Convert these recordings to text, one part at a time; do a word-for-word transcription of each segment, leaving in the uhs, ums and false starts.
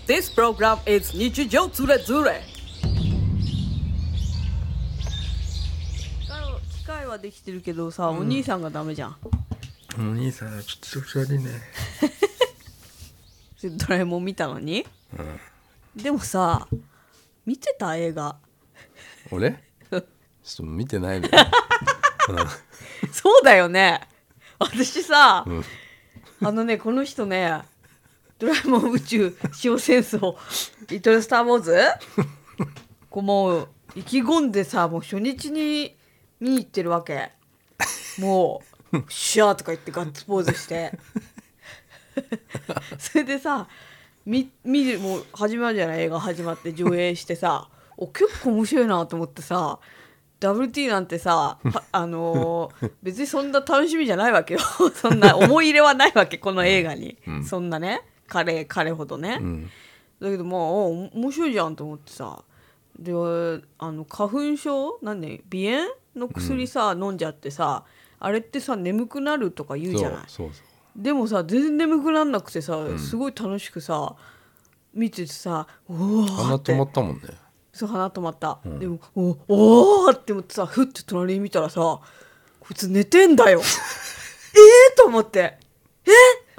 This program is 日常ズレズレ。機械はできてるけどさ、うん、お兄さんがダメじゃん。 お兄さんはちょっと調子悪いね。 ドラえもん見たのに、うん、でもさ見てた映画。 俺ちょっと見てないのよ。 そうだよね。私さ、うん、あのねこの人ねドラえもん宇宙塩戦争リトルスターウォーズこうもう意気込んでさもう初日に見に行ってるわけ。もうシャーとか言ってガッツポーズしてそれでさ 見, 見るもう始まるじゃない。映画始まって上映してさお結構面白いなと思ってさ ダブリューティー なんてさあのー、別にそんな楽しみじゃないわけよ。そんな思い入れはないわけこの映画に、うん、そんなね彼彼ほどね、うん、だけどまあ面白いじゃんと思ってさであの花粉症なんで鼻炎の薬さ、うん、飲んじゃってさあれってさ眠くなるとか言うじゃない。 そうそうそう。 でもさ全然眠くなんなくてさ、うん、すごい楽しくさ見ててさおーって鼻止まったもんね。 そう鼻止まった、うん、でもおおーって思ってさふって隣に見たらさこいつ寝てんだよ。えーと思ってえ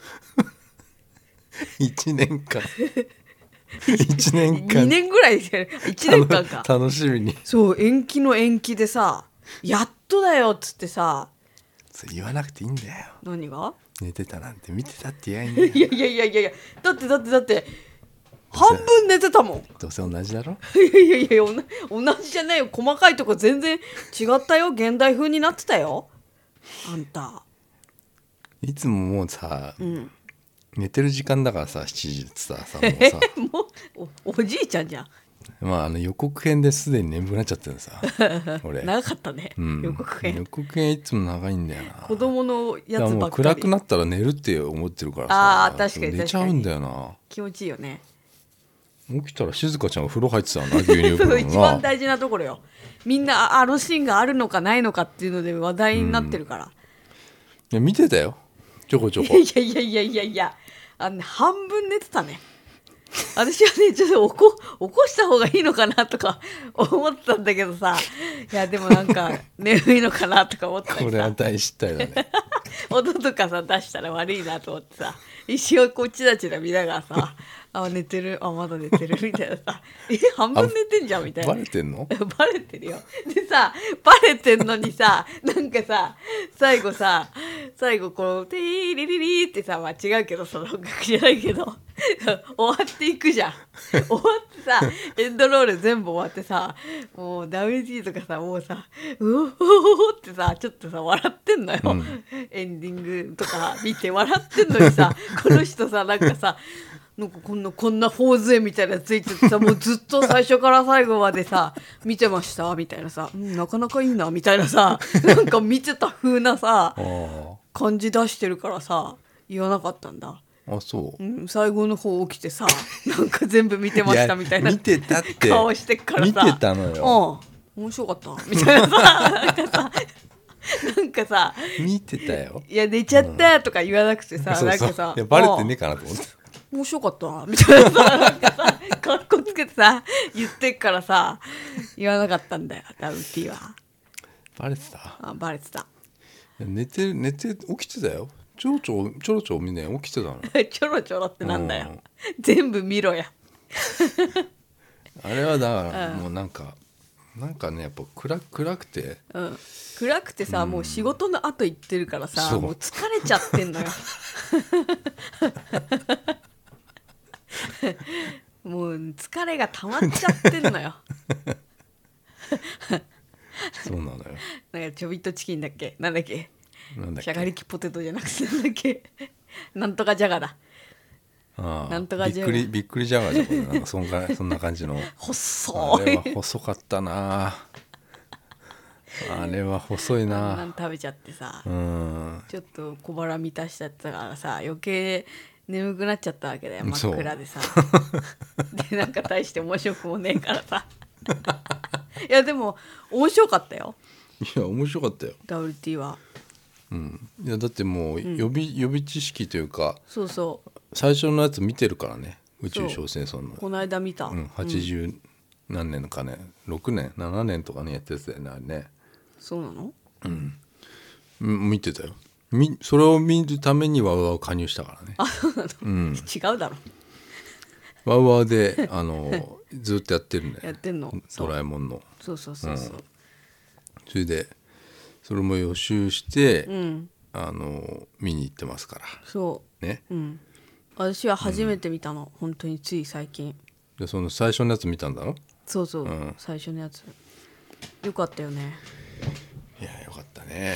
いちねんかんいちねんかんにねんぐらいでいちねんかんか楽しみにそう延期の延期でさやっとだよっつってさそれ言わなくていいんだよ。 何が寝てたなんて見てたって言えばいいんだよ。 いやいやいやいやいやだってだってだって半分寝てたもん。 どうせ同じだろ。 いやいやいや同じじゃないよ。細かいとこ全然違ったよ。現代風になってたよあんた。 いつももうさ、うん、寝てる時間だからさしちじってささもうさもう お, おじいちゃんじゃん。 まあ、あの予告編ですでに眠くなっちゃってるさ俺長かったね、うん、予告編予告編いつも長いんだよな。 子供のやつばっかり。もう暗くなったら寝るって思ってるからさ。あ確かに寝ちゃうんだよな。 気持ちいいよね。 起きたら静香ちゃんが風呂入ってたな牛乳風呂一番大事なところよ。みんなあのシーンがあるのかないのかっていうので話題になってるから、うん、いや見てたよちょこちょこ。 いやいやいやいやいやあの、ね、半分寝てたね。私はねちょっと起こ、起こした方がいいのかなとか思ってたんだけどさいやでもなんか眠いのかなとか思ってた。 これは大失態だね。 音とかさ出したら悪いなと思ってさ一生こっちだちら見ながらさあ寝てるあまだ寝てるみたいなさえ半分寝てんじゃんみたいな。 バレてんの？ バレてるよ。でさバレてんのにさなんかさ最後さ最後このティーリリリってさまあ違うけどその音楽じゃないけど終わっていくじゃん。終わってさエンドロール全部終わってさもう ダブリューティー とかさもうさうおーってさちょっとさ笑ってんのよ、うん、エンディングとか見て笑ってんのにさこの人さなんかさなんかこんなこんな頬杖みたいなついててさもうずっと最初から最後までさ見てましたみたいなさ、うん、なかなかいいなみたいなさなんか見てた風なさ感じ出してるからさ言わなかったんだ。 あそう、 うん、最後の方起きてさなんか全部見てましたみたいな見てたって顔してっからさ見てたのよ。 うん面白かったみたいなさなんかさなんかさ見てたよ。 いや寝ちゃったとか言わなくてさ、うん、なんかさいやバレてねえかなと思って面白かったみたいなさなんかさかっこつけてさ言ってっからさ言わなかったんだよダブリューティー は。 バレてた。 あバレてた。 寝て寝て起きてたよ。ちょろちょろちょろちょろみんな起きてたの。 ちょろちょろってなんだよ、うん、全部見ろやあれはだからもうなんか、うん、なんかねやっぱ 暗, 暗くて、 うん、暗くてさ、うん、もう仕事の後行ってるからさもう疲れちゃってんのよもう疲れが溜まっちゃってんのよそうなのよ。 なんかちょびっとチキンだっけなんだっけなんだっけしゃがりきポテトじゃなくてなんだっけなんとかじゃがだ。 ああなんとかじゃがびっくりびっくりじゃがじゃこれなんかそんかそんな感じの細い。 あれは細かったなあれは細いな。 あんなん食べちゃってさ、 うん、 ちょっと小腹満たしちゃったからさ余計眠くなっちゃったわけだよ真っ暗でさでなんか大して面白くもねえからさいやでも面白かったよ。 いや面白かったよダブリューティー は、 うん、いやだってもう予備、うん、予備知識というかそうそう最初のやつ見てるからね宇宙小戦争のこの間見た、 うん、はちじゅう何年かね、ろくねんななねんとかねやってたよねあれね。 そうなの？ うん見てたよ。みそれを見るためにワウワウ加入したからね。 あそうなの、 うん、 違うだろ。 ワウワウであのずっとやってるんだよやってんのドラえもんの。 そうそうそうそう、うん、 それでそれも予習して、 うん、 あの見に行ってますからそうね、 うん、私は初めて見たの、うん、本当につい最近でその最初のやつ見たんだろ。 そうそう、 うん、 最初のやつよかったよね。 いやよかったね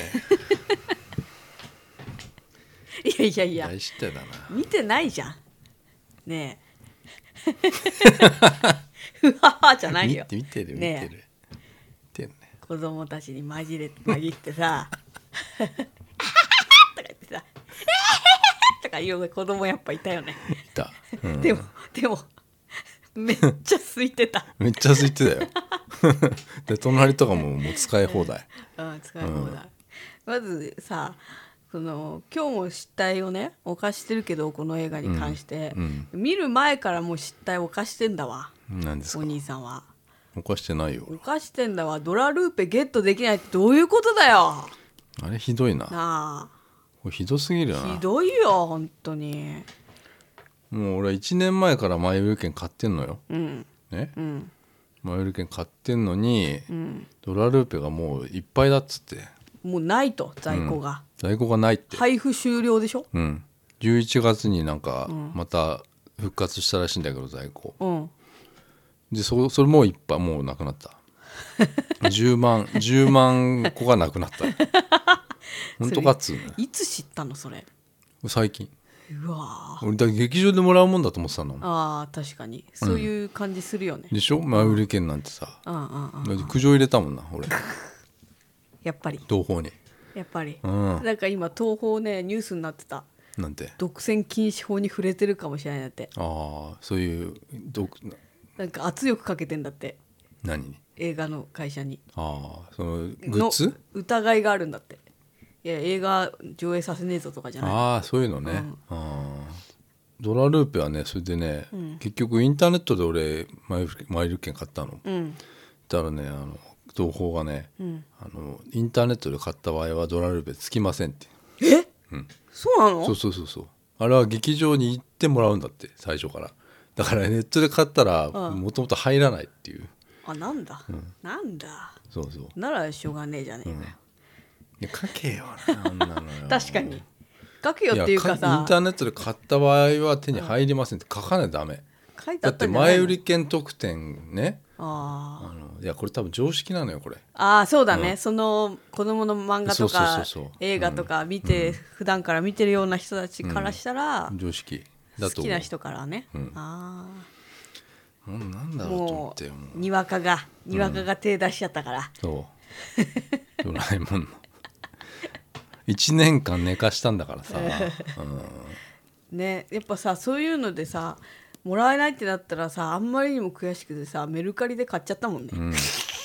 いやいやいや大失態だな。 見てないじゃんねえふわはじゃないよ。 見てる見てる見てる、ね、見てるね。 子供たちに混じれ紛ってさとか言ってさとか言う子供やっぱいたよね。 いた、うん、 でもでもめっちゃ空いてためっちゃ空いてたよで隣とかももう使い放題、 うん、使い放題、うん、まずさその今日も失態をね犯してるけどこの映画に関して、うんうん、見る前からもう失態を犯してんだわ。 何ですか？ お兄さんは犯してないよ。 犯してんだわ。ドラルーペゲットできないってどういうことだよ。 あれひどいな。なあこれひどすぎるよな。 ひどいよ本当に。 もう俺はいちねんまえから前売り券買ってんのよ、 うんね、 うん、 前売り券買ってんのに、 うん、 ドラルーペがもういっぱいだっつって、 もうないと在庫が、 うん、在庫がないって。 配布終了でしょ。 うんじゅういちがつになんかまた復活したらしいんだけど在庫、うん、で そ, それもういっぱいもうなくなったじゅうまんじゅうまん個がなくなった本当かっつうね。 いつ知ったのそれ？最近。うわ俺だ劇場でもらうもんだと思ってたの。 あ確かにそういう感じするよね、 うん、でしょ前売り券なんてさ、 うんうんうんうん、 苦情入れたもんな俺やっぱり東宝にやっぱり、 うん、 なんか今東宝ねニュースになってた。 なんて独占禁止法に触れてるかもしれないんだって。 ああそういうどなんか圧力かけてんだって。 何に？ 映画の会社に。 ああそのグッズ疑いがあるんだって。いや映画上映させねえぞとかじゃない。 ああそういうのね、うん、あドラルーペはねそれでね、うん、結局インターネットで俺マイル券買ったの、うん、だからねあの東宝がね、うん、あのインターネットで買った場合はドラルーペつきませんって。 え、うん、そうなの？ そうそうそうそう。あれは劇場に行ってもらうんだって最初から。だからネットで買ったらもともと入らないっていう。 あなんだ、うん、なんだ。 そうそう。 ならしょうがねえじゃねえかよ、うん、いや書けよなあんなのよ確かに書けよっていうかさインターネットで買った場合は手に入りませんって書かないとダメ、 書いてあったんじゃないの？ だって前売り券特典ね。 ああのいやこれ多分常識なのよこれ。 ああそうだね、うん、その子供の漫画とか映画とか見て、うん、普段から見てるような人たちからしたら、 うん、常識だと好きな人からね、うん、 ああなんだろうと思ってよ。もうにわかがにわかが手出しちゃったから、うん、 そうドラえもんのいちねんかん寝かしたんだからさ、 うん、ねやっぱさそういうのでさもらえないってなったらさあんまりにも悔しくてさメルカリで買っちゃったもんね、うん、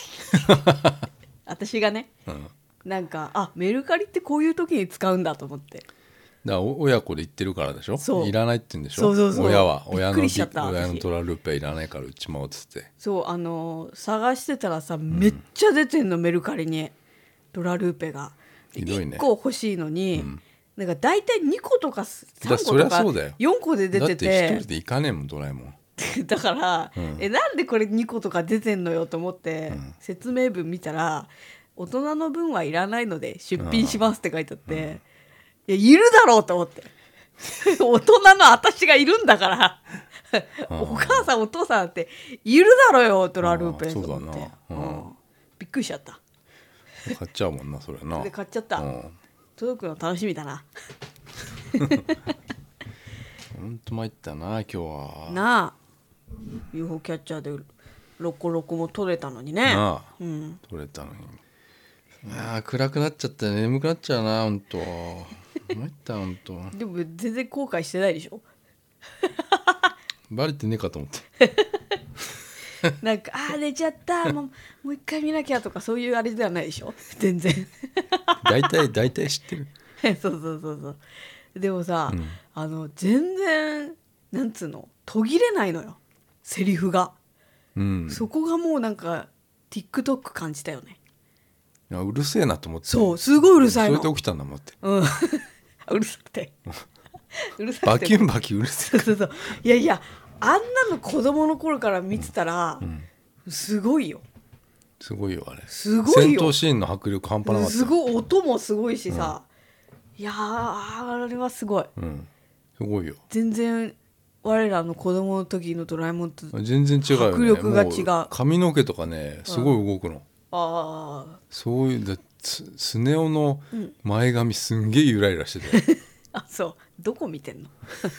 私がね、うん、なんかあメルカリってこういう時に使うんだと思って。 だから親子で言ってるからでしょ。 そういらないって言うんでしょ。 そうそうそう親は親のびっくりしちゃった親のドラルーペいらないからうちもっつって。 そうあの探してたらさめっちゃ出てんの、うん、メルカリにドラルーペがひどいね。 いっこ欲しいのに、うん、なんか大体にことかさんことかよんこで出てて、 だって一人で行かねえもんドラえもんだから、うん、えなんでこれにことか出てんのよと思って、うん、説明文見たら大人の分はいらないので出品しますって書いてあって、うん、いやいるだろうと思って大人の私がいるんだからお母さんお父さんっているだろうよドラルーペと思って、うん、びっくりしちゃった。 買っちゃうもんなそれな。 で買っちゃった、うん、届くの楽しみだなほんと参ったな今日はなあ ユーフォー キャッチャーでロコロコも取れたのにねなあ、うん、取れたのにあー暗くなっちゃって眠くなっちゃうなほんと参ったほんとでも全然後悔してないでしょバレてねえかと思ってなんかあー寝ちゃったもう、もう一回見なきゃとかそういうあれではないでしょ全然大体大体知ってるそうそうそうそうでもさ、うん、あの全然なんつうの途切れないのよセリフが、 うん、 そこがもうなんか TikTok 感じたよね。 いやうるせえなと思って、 そうすごいうるさいの。 それで起きたんだもんって、 うん、うるさくてうるさくてバキュンバキュンうるせえそうそうそういやいやあんなの子供の頃から見てたら、うんうん、すごいよすごいよあれ。 すごいよ戦闘シーンの迫力半端なかった。 すごい音もすごいしさ、うん、いやあれはすごい、 うん、すごいよ。 全然我らの子供の時のドラえもんと全然違うよね。 迫力が違う。 髪の毛とかねすごい動くの、うん、 ああそういうス, スネ夫の前髪すんげえゆらゆらしてて、うん、 あそうどこ見てんの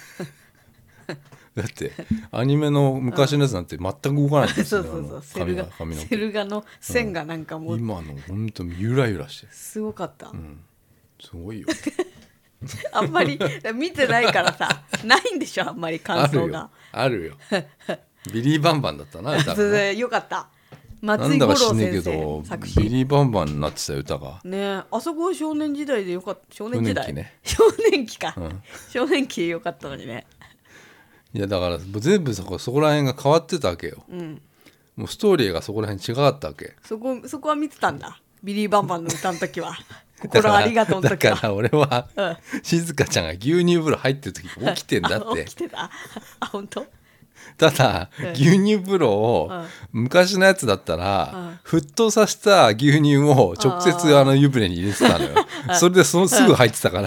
だってアニメの昔のやつなんて全く動かないんですよ、 そうそうそうセル画セル画の線がなんかもう、 うん、今のほんとゆらゆらしてすごかった、 うん、すごいよあんまり見てないからさないんでしょあんまり感想が。 あるよあるよビリーバンバンだったな歌がなよかった松井五郎先生なんだか知んねえけど作詞ビリーバンバンになってた歌がねあそこは少年時代でよかった少年時代少年期ね少年期か、うん、少年期でよかったのにね。 いやだから全部そこそこら辺が変わってたわけよ、うん、もうストーリーがそこら辺違かったわけ。 そこそこは見てたんだビリーバンバンの歌の時は心ありがとうの時は。 だから俺は、うん、静香ちゃんが牛乳風呂入ってる時起きてんだって起きてたあ本当。 ただ、うん、牛乳風呂を、うん、昔のやつだったら、うん、沸騰させた牛乳を直接あの湯船に入れてたのよそれでそのすぐ入ってたから、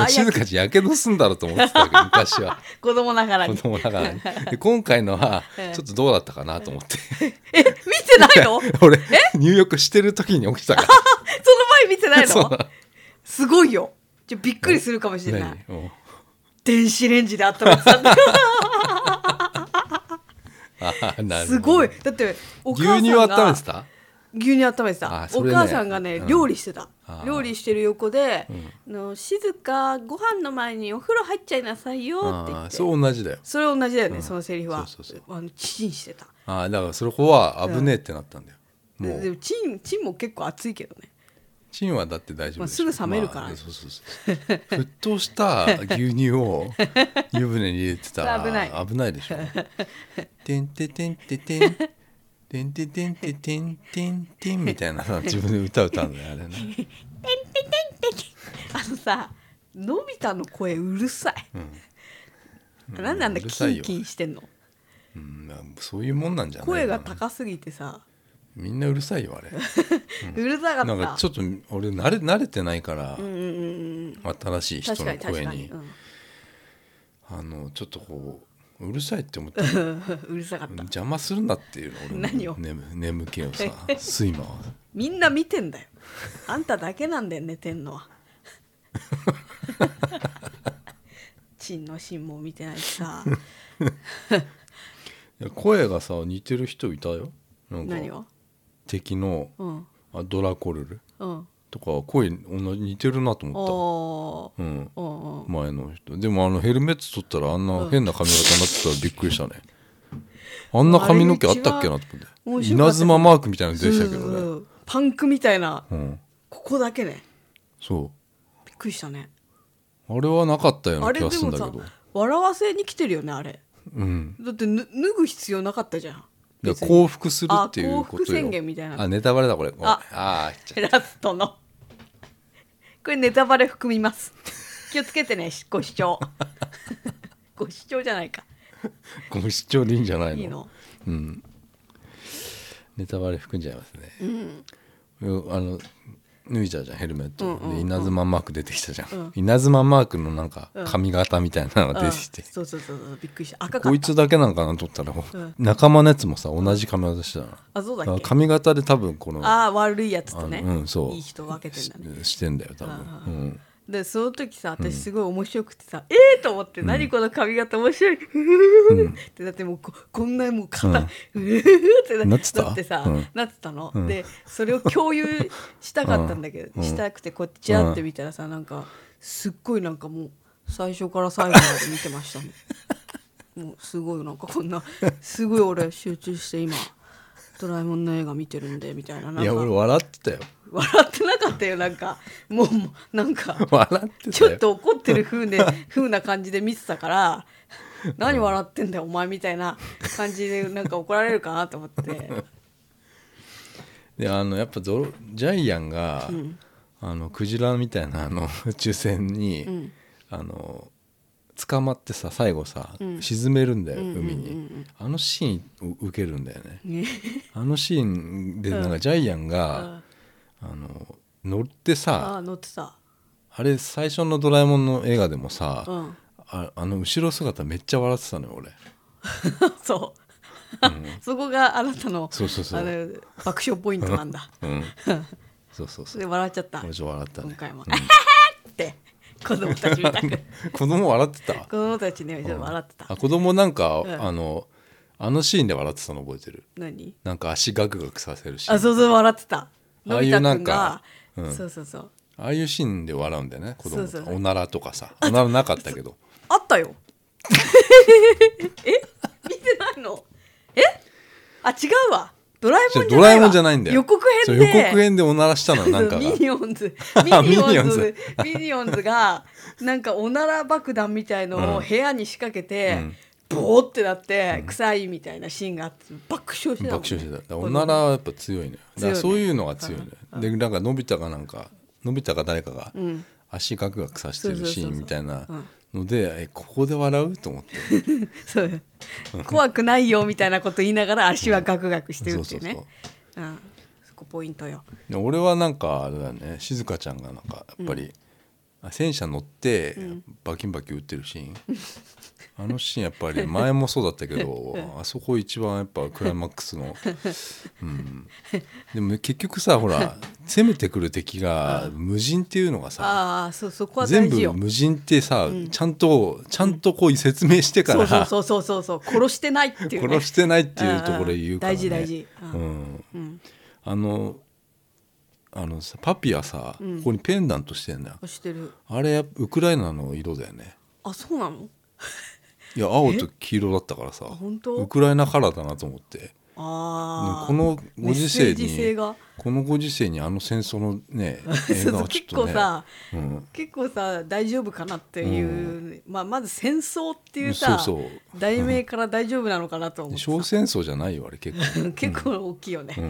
静香ちゃんやけどすんだろうと思ってたけど昔は子供ながらに子供ながらにで今回のはちょっとどうだったかなと思ってえ見てないの俺入浴してる時に起きたからその前見てないのすごいよじゃびっくりするかもしれない。電子レンジで温めてたんだよあなるほどすごいだってお母さんが牛乳温めてた牛乳温めてた、ね、お母さんがね、うん、料理してた料理してる横で、うん、の静かご飯の前にお風呂入っちゃいなさいよって言ってそう同じだよそれ同じだよね、うん、そのセリフはそうそうそうあのチンしてたあだからそこは危ねえってなったんだよ、 うん、もうでもチンチンも結構熱いけどねチンはだって大丈夫でしょ、 まあ、すぐ冷めるから、ねまあ、そうそうそう沸騰した牛乳を湯船に入れてたら危ない危ないでしょてんててんててんてんててんててんてんてんみたいな自分で歌歌うんだよあれねてんててんててあのさのび太の声うるさい、うん、なんであんなキンキンしてんの、 うん、そういうもんなんじゃない声が高すぎてさみんなうるさいよあれ、 うん、うるさかったなんかちょっと俺慣れ、慣れてないから、 うんうんうん、 新しい人の声に、うん、あのちょっとこううるさいって思ってうるさかった邪魔するなっていうの俺の何を眠, 眠気をさ睡魔はみんな見てんだよあんただけなんだよ寝てんのはチンのシンも見てないしさいや声がさ似てる人いたよなんか何を敵の、うん、あドラコルル、うん、とか声同じ似てるなと思った、うんうん、前の人でもあのヘルメット取ったらあんな変な髪型になってたらびっくりしたね、うん、あんな髪の毛あったっけなと思って稲妻マークみたいなの出てきたけどね、 そうそうパンクみたいな、うん、ここだけねそうびっくりしたねあれはなかったような気がするんだけど笑わせに来てるよねあれ、 うん、 だって脱ぐ必要なかったじゃん降伏するっていうことよ。 降伏宣言みたいな。 あネタバレだこれ。 ああラストのこれネタバレ含みます。気をつけてねご視聴。ご視聴じゃないか。 ご視聴でいいんじゃないの。 いいの。 うん。ネタバレ含んじゃいますね。うん。あの脱いじゃうじゃんヘルメット、うんうんうん、で稲妻マーク出てきたじゃん、うん、稲妻マークのなんか髪型みたいなのが出てきて、 うんうん、そうそうそうびっくりした赤かったこいつだけなんかなと思ったら、うん、仲間のやつもさ同じ髪型してたな、 あそうだっけ髪型で多分このあ悪いやつとね、 うん、そういい人分けてんだねし, してんだよ多分、うん、 でその時さ私すごい面白くてさ、うん、えーと思って、うん、何この髪型面白い、うん、ってだってもう こ, こんなもう肩、うん、ってな, なってさ、うん、なってたの、うん、でそれを共有したかったんだけど、うん、したくてこっちチラって見たらさなんかすっごいなんかもう最初から最後まで見てましたねもうすごいなんかこんなすごい俺集中して今ドラえもんの映画見てるんでみたいな、なんかいや俺笑ってたよ笑ってなかったよなんかもうなんか笑ってたよちょっと怒ってる風で風な感じで見てたから何笑ってんだよお前みたいな感じでなんか怒られるかなと思ってであのやっぱドロジャイアンが、うん、あのクジラみたいなあの宇宙船に、うん、あの捕まってさ最後さ、うん、沈めるんだよ、うん、海に、うんうんうん、あのシーン受けるんだよねあのシーンでなんかジャイアンが、うん、あの乗ってさあ乗ってたあれ最初のドラえもんの映画でもさ、うん、あ, あの後ろ姿めっちゃ笑ってたのよ俺そう、うん、そこがあなたの、そうそうそう、あの爆笑ポイントなんだ、うん、 そうそうそうで笑っちゃった笑っったね今回も、うん、って子供たちみたいな子供笑ってた子供たちねちょっと笑ってた、 うん、あ子供なんか、うん、あのあのシーンで笑ってたの覚えてる何なんか足ガクガクさせるシーンあそうそう笑ってたああいうなんか、 うん、そうそうそうああいうシーンで笑うんだよね子供とかそうそうそうおならとかさおならなかったけどあったよえ見てないのえあ違うわドラえもんじゃないわドラえもんじゃないんだよ予告編で予告編でおならしたのなんかミニオンズミニオンズミニオンズがなんかおなら爆弾みたいのを部屋に仕掛けて、うんボーってなって臭いみたいなシーンがあって爆笑してたもん、ね、 爆笑してたおならはやっぱ強いのよだからそういうのが強いのよ、ね、でなんかのび太がなんかのび太か誰かが足ガクガクさせてるシーンみたいなのでえここで笑うと思ってそう怖くないよみたいなこと言いながら足はガクガクしてるっていうねそこポイントよ俺はなんかあれだね静香ちゃんがなんかやっぱり、うん、戦車乗ってバキンバキン撃ってるシーン、うんあのシーンやっぱり前もそうだったけどあそこ一番やっぱクライマックスの、うん、でも結局さほら攻めてくる敵が無人っていうのがさあそうそこは大事よ全部無人ってさ、うん、ちゃんとちゃんとこう説明してから、うん、 そうそうそうそう殺してないっていう、ね、 殺してないっていうところで言うから、ね、 大事大事、 うんうん、あのあのさパピはさ、うん、ここにペンダントしてんだよしてるあれウクライナの色だよねあそうなのいや青と黄色だったからさウクライナカラーだなと思ってあこのご時世にこのご時世にあの戦争のね映画はちょっとね結構さ、 うん、結構さ大丈夫かなっていう、うんまあ、まず戦争っていうさそうそう題名から大丈夫なのかなと思って小戦争じゃないよあれ結構結構大きいよね、うん、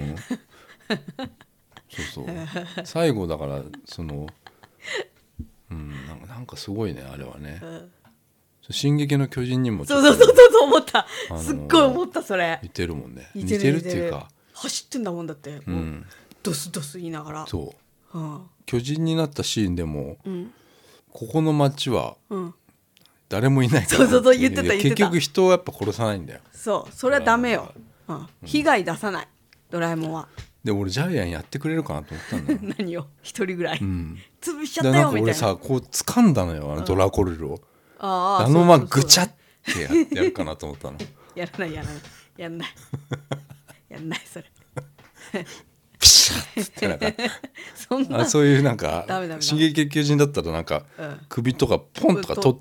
そうそう最後だからその、うん、なんか、なんかすごいねあれはね、うん進撃の巨人にもちょっとそうそうそうそう思った、あのー、すっごい思ったそれ似てるもんね似て る, 似てるっていうか走ってんだもんだって、うん、ドスドス言いながらそう、はあ、巨人になったシーンでも、うん、ここの町は誰もいないから、 うん、そうそうそう言ってた言ってた結局人をやっぱ殺さないんだよそうそれはダメよ、うん、被害出さないドラえもんはで俺ジャイアンやってくれるかなと思ったんだよ何を一人ぐらい、うん、潰しちゃったよみたいななんか俺さこう掴んだのよあのドラコルルを、うんあ, あのままぐちゃってや, やるかなと思ったのやらないやらないやんないやんないそれピシャッってなんかそんなあそういうなんか進撃巨人だったらなんか、うん、首とかポンとか取って、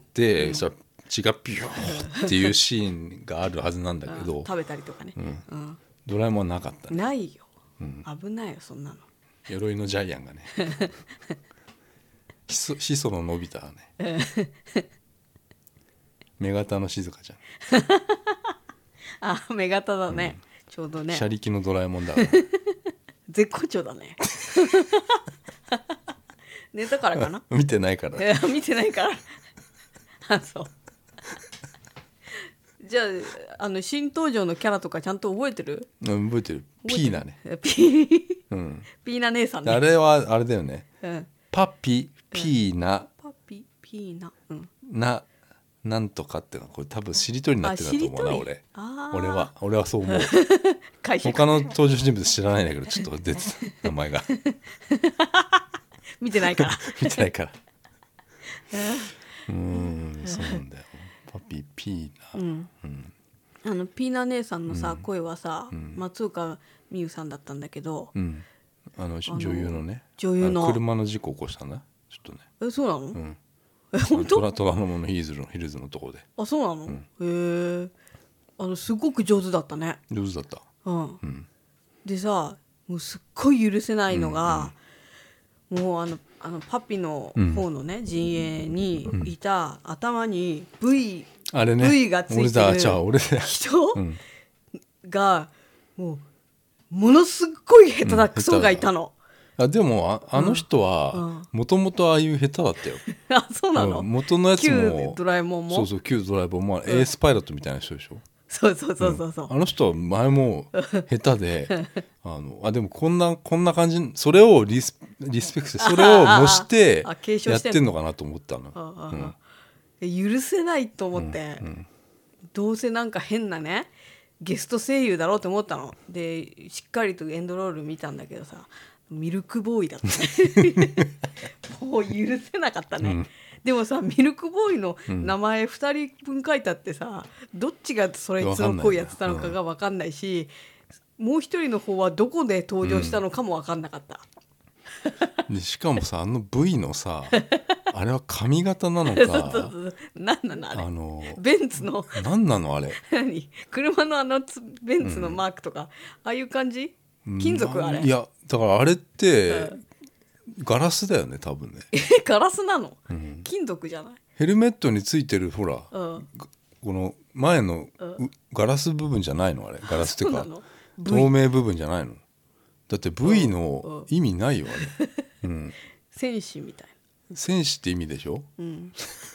うん、それ血がピューっていうシーンがあるはずなんだけど、 うん、食べたりとかね、うんうん、ドラえもんはなかった、 ね、ないよ、うん、危ないよそんなの鎧のジャイアンがね始祖ののび太はね目型の静香ちゃんあ目型だね、うん、ちょうどね車力のドラえもんだから絶好調だね寝たからかな見てないから見てないからあそうじゃあ、あの新登場のキャラとかちゃんと覚えてる？ 覚えてる。ピーナね。 ピー、うん、ピーナ姉さんね。 あれはあれだよね。うん、パピピーナ、 うん、パピピーナ、うん、 ななんとかってのはこれ多分しりとりになってるんだと思うな俺。俺は俺はそう思う。他の登場人物知らないんだけどちょっと出てた名前が。 見てないから。 見てないから。うーんそうなんだよ。パピピーナ、うんうん、 あのピーナ姉さんのさ、うん、声はさ、うん、松岡美優さんだったんだけど、うん、 あの女優のね女優の車の事故起こしたんだちょっとねえそうなの、 うん、え本当虎虎ノ門のヒルズのヒルズのとこであそうなの、うん、へえあのすごく上手だったね上手だった、 うんうん、でさもうすっごい許せないのが、うんうん、もうあのあのパピの方のね、うん、陣営にいた、うん、頭に V あれね V がついてる俺だじゃあ俺だ人うんがもうものすっごい下手なクソがいたの、 あでも あ, あの人はもともとああいう下手だったよ、 あそうなの、 うん元のやつ旧もドラえもんもそうそう旧ドラえもんもエースパイロットみたいな人でしょ、 そうそうそうそうそう、 あの人は前も下手であのあでもこんなこんな感じそれをリスリスペクトしてそれを模してあああ継承やっしてんのてんのかなと思ったの。 あああうん許せないと思って、 うんうんどうせなんか変なねゲスト声優だろうと思ったので、しっかりとエンドロール見たんだけどさ、ミルクボーイだったねもう許せなかったね、 うんでもさミルクボーイの名前ふたりぶん書いてあってさ、どっちがそいつの声やってたのかが分かんないし、もう一人の方はどこで登場したのかも分かんなかった、 でしかもさあの V のさあれは髪型なのかそうそうそう何なのあれ、 あのベンツの何なのあれ何車のあのつベンツのマークとか、ああいう感じ金属あれいやだからあれって、 うんガラスだよね多分ねえガラスなの、 ん金属じゃない、 ヘルメットについてるほら、 うん、 この前の、 ううガラス部分じゃないのあれガラスっていうかそうなの透明部分じゃないのだって V うんの意味ないよあれ、うん、 戦士みたい戦士って意味でしょな、うん、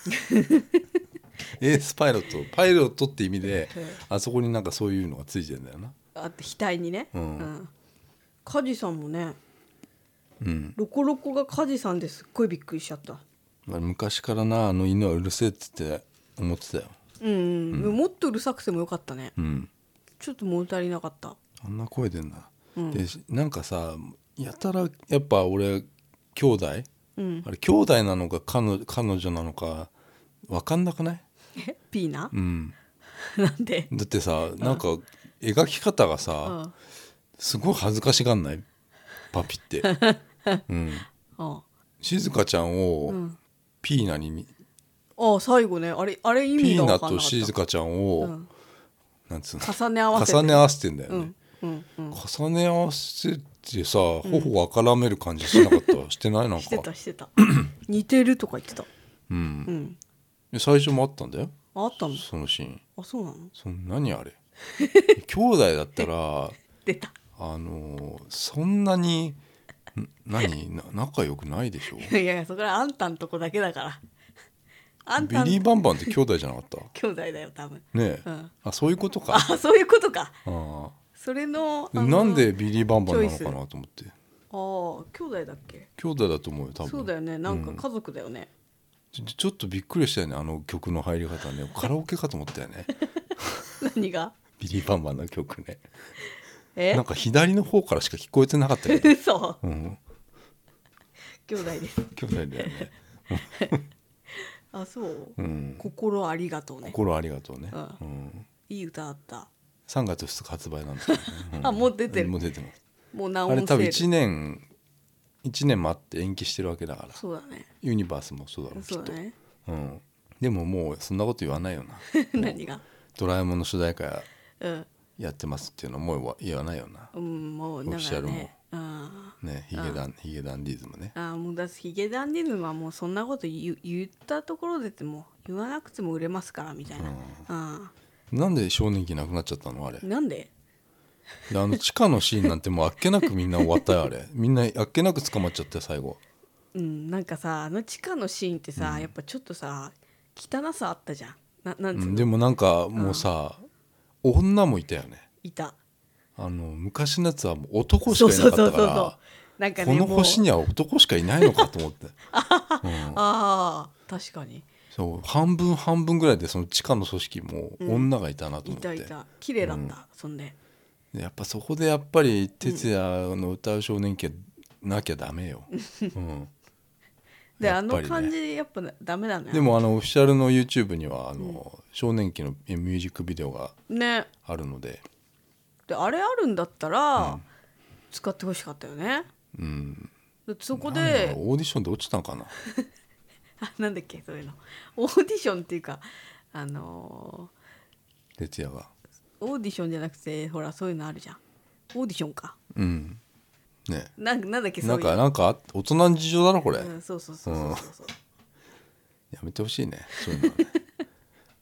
エースパイロットパイロットって意味でうんあそこになんかそういうのがついてるんだよな。 あと額にね、 うん梶さんもねうんロコロコが梶さんですっごいびっくりしちゃった、 まあ昔からなあの犬はうるせえっつって思ってたよ。 うんうんもっとうるさくてもよかったね、 うんちょっと物足りなかった、 あんな声出んな、 うんでなんかさやたらやっぱ俺兄弟うん、 あれ兄弟なのか彼女彼女なのか分かんなくない？ えピーナ、 うんなんで、 だってさなんか描き方がうさんすごい恥ずかしがんないパピって、うん、 あ静香ちゃんうをん、 ピーナにみあ最後ねあれあれ意ピーナ味が分かんなかったと静香ちゃんを、 うんなんつうの重ね合わせて重ね合わせてんだよね、 うんうんうん重ね合わせてさ頬をあからめる感じしなかったしてないなんかしてたしてた似てるとか言ってた、 うんうんで最初もあったんだよあったの、 そのシーン。 あそうなの、 その何あれ兄弟だったら出たあのそんなにん何な仲良くないでしょ。 いやいやそこはあんたんとこだけだからあんたんビリー・バンバンって兄弟じゃなかった兄弟だよ多分、 ねえ、 うんあそういうことか。 あそういうことかあそれのああのなんでビリー・バンバンなのチョイスかなと思って。 ああ兄弟だっけ、 兄弟だと思うよ多分。 そうだよねなんか家族だよね、 ちょちょっとびっくりしたよねあの曲の入り方ねカラオケかと思ったよね何がビリー・バンバンの曲ねえなんか左の方からしか聞こえてなかったけど、 嘘うん、 兄弟です兄弟だよね、 あそう、 うん、 心ありがとうね心ありがとうね、 ううん、 いい歌だった、 さんがつふつか発売なんですけど、ねんあもう出てるもう出てます。 もうナオンセあれ多分ールいちねんいちねん待って延期してるわけだからそうだねユニバースもそうだろうきっとそうだねうん、でももうそんなこと言わないよな何がドラえもんの主題歌うんやってますっていうのはもう言わないよなうんもうだオフィシャルもからねうんねヒゲダンヒゲダンディズムね。 あーもうだってヒゲダンディズムはもうそんなこと言う言ったところでっても言わなくても売れますからみたいな、 なんで少年期なくなっちゃったのあれうん、なんでであの地下のシーンなんてもうあっけなくみんな終わったよあれみんなあっけなく捕まっちゃったよ最後。 うんなんかさあの地下のシーンってさ、やっぱちょっとさ汚さあったじゃんななんつうの、 うん、でもなんかもうさ、女もいたよね。 いたあの昔のやつはもう男しかいなかったからなんかねこのもう星には男しかいないのかと思って、うん、 ああ確かにそう半分半分ぐらいでその地下の組織も女がいたなとい思って、 たいた綺麗だった、そんででやっぱそこでやっぱり哲也の歌う少年期はなきゃダメよ、うん、 で、あのやっぱりね感じやっぱダメだねでもあのオフィシャルの YouTube にはあの、少年期のミュージックビデオがねあるので、 であれあるんだったら、使ってほしかったよねうん、 だってそこなんだろでうオーディションで落ちたのかなあなんだっけそういうのオーディションっていうかあの哲也がーオーディションじゃなくてほらそういうのあるじゃんオーディションかうんねなんなんだっけそうないうんかなんかあ大人の事情だなこれ、 うん、そうそうそうそうそうそうやめてほしいねそういうのはね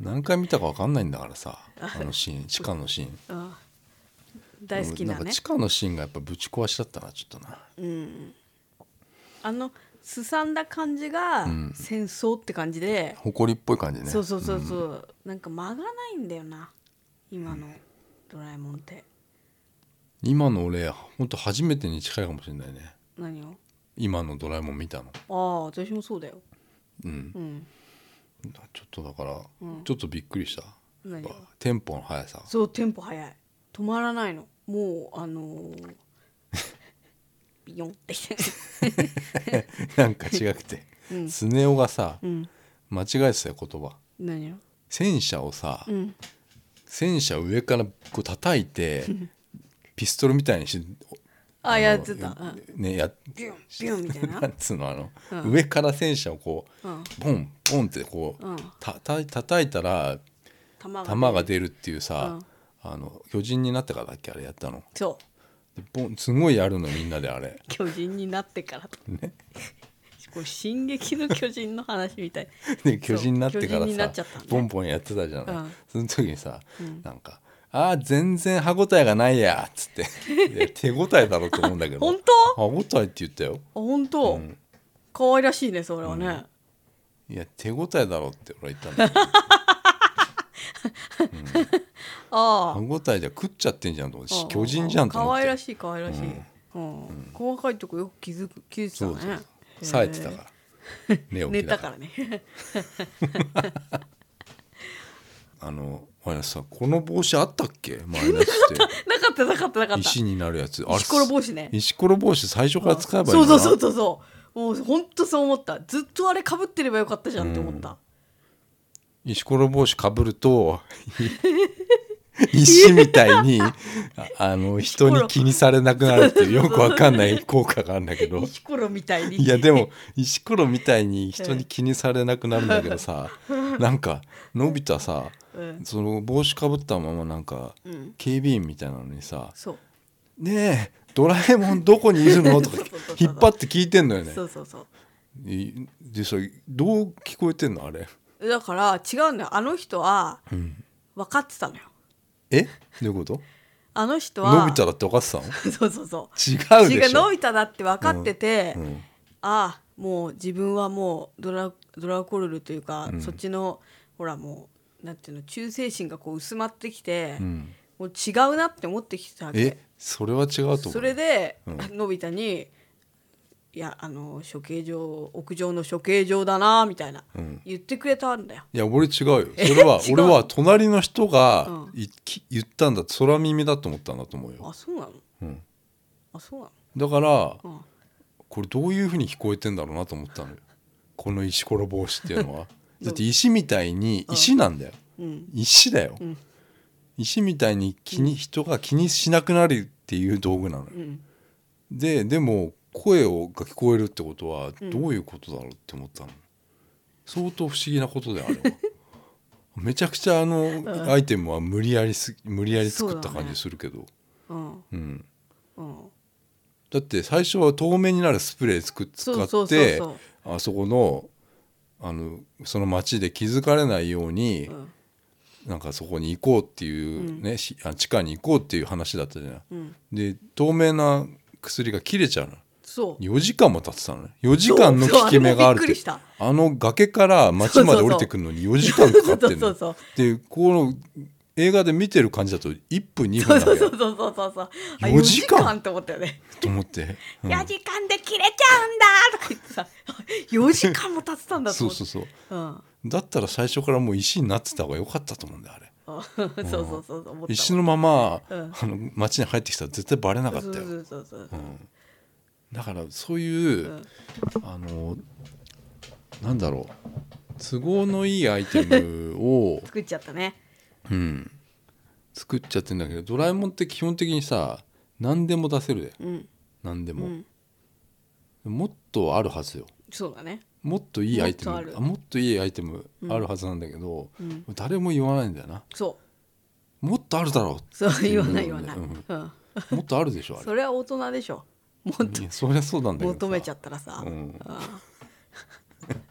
何回見たか分かんないんだからさ、あのシーン、地下のシーン。 あ大好きなね。 なんか地下のシーンがやっぱぶち壊しだったなちょっとな。 うん、あのすさんだ感じが戦争って感じで、 誇りっぽい感じね。 そうそうそうそう、うん、なんか間がないんだよな今のドラえもんって。 今の俺ほんと初めてに近いかもしれないね。 何を？ 今のドラえもん見たの。 ああ私もそうだよ。 うん、 うん、 ちょっとだから、 うん、 ちょっとびっくりした。 何？ テンポの速さ。 そうテンポ速い、止まらないの。もうあのー、ビヨンってなんか違くて、うん、スネ夫がさ、うん、間違えてたよ言葉。 何よ？ 戦車をさ、うん、戦車を上からこう叩いてピストルみたいにしてあやってた、 ね、やビュンビュンみたいななんつうのあの、うん、上から戦車をこう、うん、ボンボンってこう、うん、たた叩いたら弾が出るっていうさ、うん、あの巨人になってからだっけあれやったの。 そうボンすごいやるのみんなであれ巨人になってからとねこれ進撃の巨人の話みたいで巨人になってからさ、ね、ボンボンやってたじゃない、うん、その時にさ、うん、なんかあー全然歯応えがないやっつって手応えだろうと思うんだけど本当？ 歯応えって言ったよ。 あ本当、うん、可愛らしいねそれはね、 うん、いや手応えだろうって俺は言ったんだけど、うん、あ歯応えじゃ食っちゃってんじゃんと思って巨人じゃんと思って可愛らしい可愛らしい、うんうん、細かいとこよく気づく気づいてたね。そうそう冴えてたから寝起きだ寝たからねあのあれさこの帽子あったっけ前のやつってなかったなかったなかった石になるやつ石ころ帽子ね。 石ころ帽子最初から使えばいいんだな。 そうそうそうそうもうほんとそう思った。ずっとあれ被ってればよかったじゃんって思った、 うん、石ころ帽子被ると石みたいにあの人に気にされなくなるっていうよくわかんない効果があるんだけど石ころみたいにいやでも石ころみたいに人に気にされなくなるんだけどさなんかのび太さ、うん、その帽子かぶったままなんか、うん、警備員みたいなのにさそうねえドラえもんどこにいるのとか引っ張って聞いてんのよね。 そうそうそうでそれどう聞こえてんのあれ。 だから違うんだよあの人は分かってたのよ、 うん、えどういうこと？ あの人はのび太だって分かってたの？ そうそうそう違うでしょ。 違うのび太だって分かってて、うんうん、ああもう自分はもうドラドラコルルというか、うん、そっちのほらもうなんていうの忠誠心がこう薄まってきて、うん、もう違うなって思ってきたわけ。 えそれは違うと思う。 それで、うん、のび太にいやあの処刑場屋上の処刑場だなみたいな、うん、言ってくれたんだよ。 いや俺違うよそれは俺は隣の人が、うん、言ったんだって空耳だと思ったんだと思うよ。 あそうなの、うん、あそうなのだから、うん、これどういう風に聞こえてんだろうなと思ったのよこの石ころ帽子っていうのはだって石みたいに石なんだよ、うん、石だよ、うん、石みたいに気に、うん、人が気にしなくなるっていう道具なのよ、うん、ででも声をが聞こえるってことはどういうことだろうって思ったの、うん、相当不思議なことであればめちゃくちゃあの、うん、アイテムは無理やりす無理やり作った感じするけど、ねうんうんうん、だって最初は透明になるスプレー使ってあそこの、あのその街で気づかれないように、うん、なんかそこに行こうっていうね、うん、地下に行こうっていう話だったじゃない、うん、で透明な薬が切れちゃうの。そうよじかんも経ってたのね。よじかんの効き目があるって。 あ, あの崖から町まで降りてくるのによじかんかかってんのでこの映画で見てる感じだといっぷんにふんなんだよ。 そうそうそうそうそうよじかんって思ったよねと思って、 うん、よじかんで切れちゃうんだとか言ってさよじかんも経ってたんだと思ってそうそうそう、うん、だったら最初からもう石になってた方が良かったと思うんだよあれそうそうそう思った。石のまま、うん、あの町に入ってきたら絶対バレなかったよ。そうそうそうそう、うんだからそういう、うん、あのなんだろう都合のいいアイテムを作っちゃったね、うん、作っちゃってんだけどドラえもんって基本的にさ何でも出せるで、うん、何でも、うん、もっとあるはずよ。そうだねもっといいアイテムもっとある、もっといいアイテムあるはずなんだけど、うん、誰も言わないんだよな。そうもっとあるだろうそう言わない言わない、うんうん、もっとあるでしょあれそれは大人でしょもっとそりゃそうなんだけど求めちゃったらさ、うん、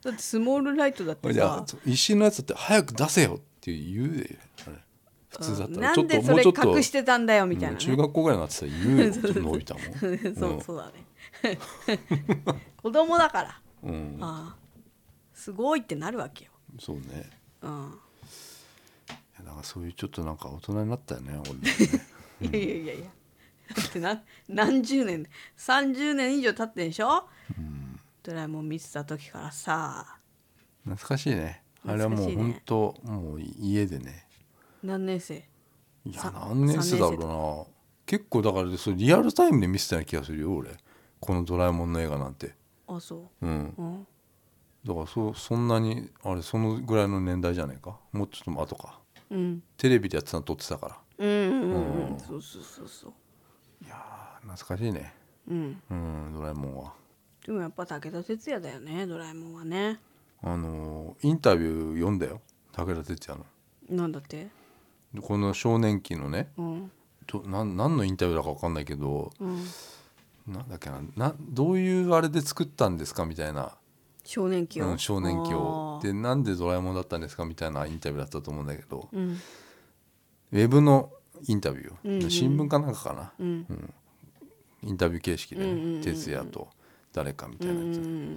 だってスモールライトだってじゃあさ、 石のやつだって早く出せよって言うであれ普通だったらちょっとなんでそれもうちょっと隠してたんだよみたいな、ね、 中学校ぐらいになってたら言うよちょっと伸びたもんそうそうだね子供だから、 うん、 ああすごいってなるわけよ。 そうね、 うん、 いやだからそういうちょっとなんか大人になったよね俺ねいやいやいやいやだってな何十年さんじゅうねん以上経ってんでしょ、うん、ドラえもん見てた時からさ。 懐かしいねあれはもう本当、ね、もう家でね。 何年生？ いや何年生だろうな。結構だからそれリアルタイムで見てたような気がするよ俺このドラえもんの映画なんて。 あそう、 うん、うん、だから そ, そんなにあれそのぐらいの年代じゃないかもうちょっと後か、うん、テレビでやってたの撮ってたから。 うんうんうん、うん、そうそうそうそう。 いや懐かしいね、うん、うん、ドラえもんは。 でもやっぱ武田鉄矢だよねドラえもんはね。 あのインタビュー読んだよ武田鉄矢の。 なんだって？ この少年期のね、うん、とな何のインタビューだか分かんないけど、うん、なんだっけななどういうあれで作ったんですかみたいな。 少年期を、 うん、少年期をでなんでドラえもんだったんですかみたいなインタビューだったと思うんだけど、うん、ウェブのインタビュー、うんうん、新聞かなんかかな、うんうん、インタビュー形式で、ね、うんうんうん、哲也と誰かみたいなやつ、うんうん、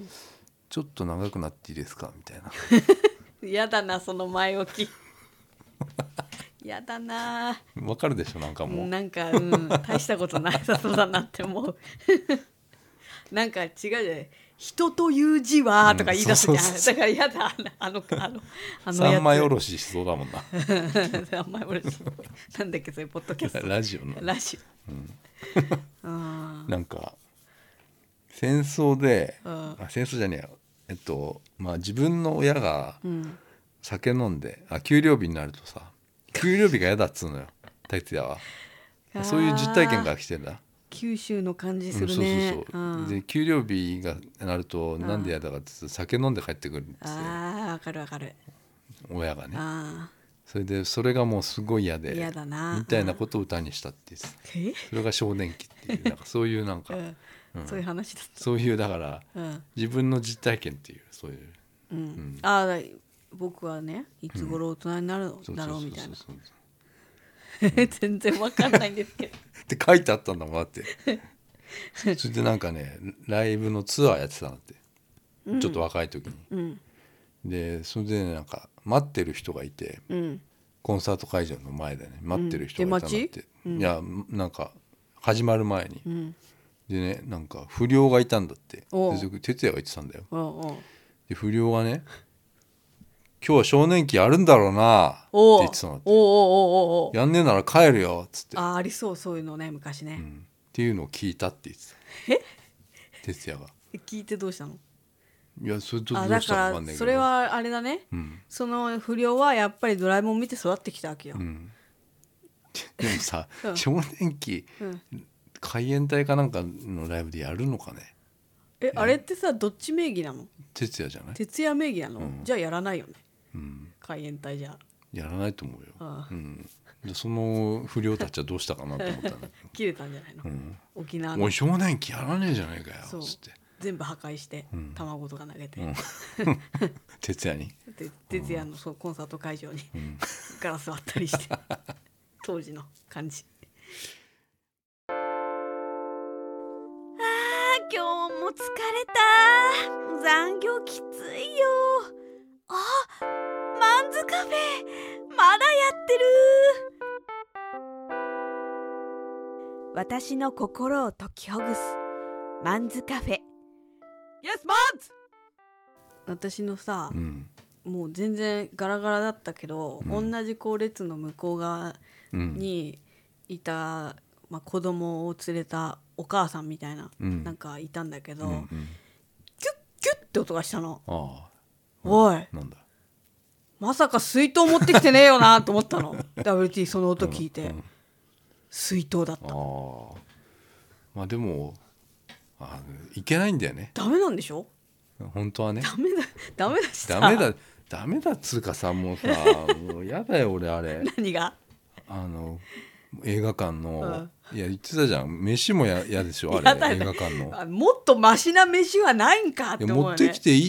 ちょっと長くなっていいですかみたいなやだなその前置きやだな。 わかるでしょなんかもうなんか、うん、大したことないさそうだなって思うなんか違うじゃない人という字はとか言い出すじゃん、うん、そうそうそうだからやだあのあのあのやつ三枚おろししそうだもんな三枚おろしなんだっけそれポッドキャストラジオのラジオ、うん、なんか戦争で、うん、あ戦争じゃねえよえっとまあ自分の親が酒飲んで、うん、あ給料日になるとさ給料日が嫌だっつうのよ哲也はそういう実体験が来てんだ。 九州の感じするね、 うん、そうそうそう、うん、で給料日がなるとなんで嫌だかって酒飲んで帰ってくるんですよ。 ああわかるわかる親がね。あそれでそれがもうすごい嫌で嫌だなみたいなことを歌にしたって言ってそれが少年期っていうなんかそういうなんか、うんうん、そういう話だった。 そういうだから、うん、自分の実体験っていうそういう、 うんうん、ああ僕はねいつ頃大人になるの、うん、だろうみたいな全然わかんないんですけどって書いてあったんだもんだってそれでなんかねライブのツアーやってたんだって、うん、ちょっと若い時に、うん、でそれで、ね、なんか待ってる人がいて、うん、コンサート会場の前でね待ってる人がいたんだって、うん、いやなんか始まる前に、うん、でねなんか不良がいたんだって哲也が言ってたんだよ。で不良がね今日は少年期やるんだろうなって言ってたのっておおおおやんねえなら帰るよっつってあ, ありそうそういうのね昔ね、 うん、っていうのを聞いたって言ってた哲也が聞いてどうしたの。 いやそれどうしたのか分かんないけどだからそれはあれだね、うん、その不良はやっぱりドラえもん見て育ってきたわけよ、うん、 でもさ、うん、少年期、うん、海援隊かなんかのライブでやるのかね。 えあれってさどっち名義なの。 哲也じゃない。 哲也名義なの、うん、じゃあやらないよね、うん、海援隊じゃやらないと思うよ。ああ、うん、でその不良たちはどうしたかなと思ったんだけど切れたんじゃないの、うん、沖縄のおい少年期やらねえじゃねえかよつって全部破壊して、うん、卵とか投げて、うん、 哲也に哲也のそうコンサート会場に、うん、ガラス割ったりして当時の感じ。あー今日も疲れた。残業きついよ。あ、マンズカフェまだやってる。私の心を解きほぐすマンズカフェ。Yes, マンズ。私のさ、うん、もう全然ガラガラだったけど、うん、同じこう列の向こう側にいた、まあ、子供を連れたお母さんみたいな、うん、なんかいたんだけど、うんうん、キュッキュッって音がしたの。ああ、おいなんだまさか水筒持ってきてねえよなと思ったのダブリューティー その音聞いて、うんうん、水筒だった。あ、 まあでもあいけないんだよね。 ダメなんでしょ本当はね。 ダメだダメだしさダメだダメだっつうかさもうさもうやだよ俺あれ何があの映画館の、うん、いや言ってたじゃん飯もややでしょあれ映画館のもっとマシな飯はないんかって思うよね。 持ってきていい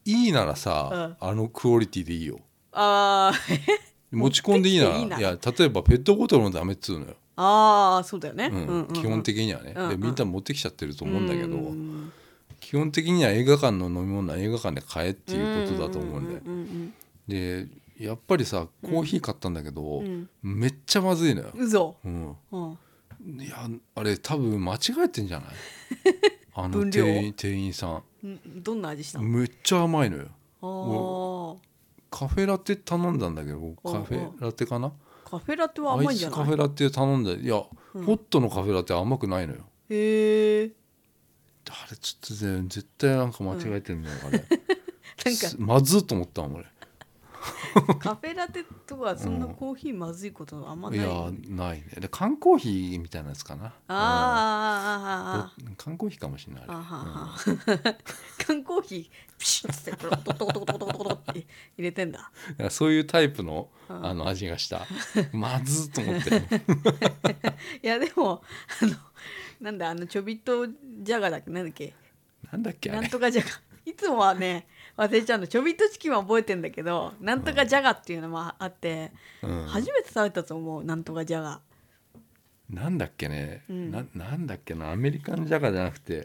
いいならさ、あのクオリティでいいよ。 あー持ち込んでいいなら持ってきていいならいや例えばペットボトルもダメっつうのよ、 あーそうだよね、 うんうんうんうん、 基本的にはね、 うんうんでみんな持ってきちゃってると思うんだけど、 うん基本的には映画館の飲み物は映画館で買えっていうことだと思うんだよ、 うんうんでやっぱりさコーヒー買ったんだけど、 うんめっちゃまずいのよ、 うぞ、 うん、 うん、 いやあれ多分間違えてんじゃないあの分量店員店員さんうんどんな味したの？ めっちゃ甘いのよ。 あーカフェラテ頼んだんだけどカフェラテかな、 カフェラテはアイ甘いんじゃない？ スカフェラテ頼んだいや、 うんホットのカフェラテ甘くないのよ。 へえあれちょっとね絶対なんか間違えてるんだよ、あれなんかまずっと思ったもん俺。 カフェラテとかそんなコーヒーまずいことあんまないい、 やないねで缶コーヒーみたいなやつかな。 あーあーあーあーあーうん缶コーヒーかもしれないあれあはは缶コーヒーピシッてトトトトトトトトトって入れてんだ。 だからそういうタイプのうんあの味がしたまずっと思っていやでもあのなんだあのちょびっとジャガだっけなんだっけなんだっけあれなんとかジャガいつもはね忘れちゃうのちょびっとチキンは覚えてんだけどなんとかジャガっていうのもあって、 うん初めて食べたと思うなんとかジャガ。 なんだっけね、 うんななんだっけなアメリカンジャガじゃなくて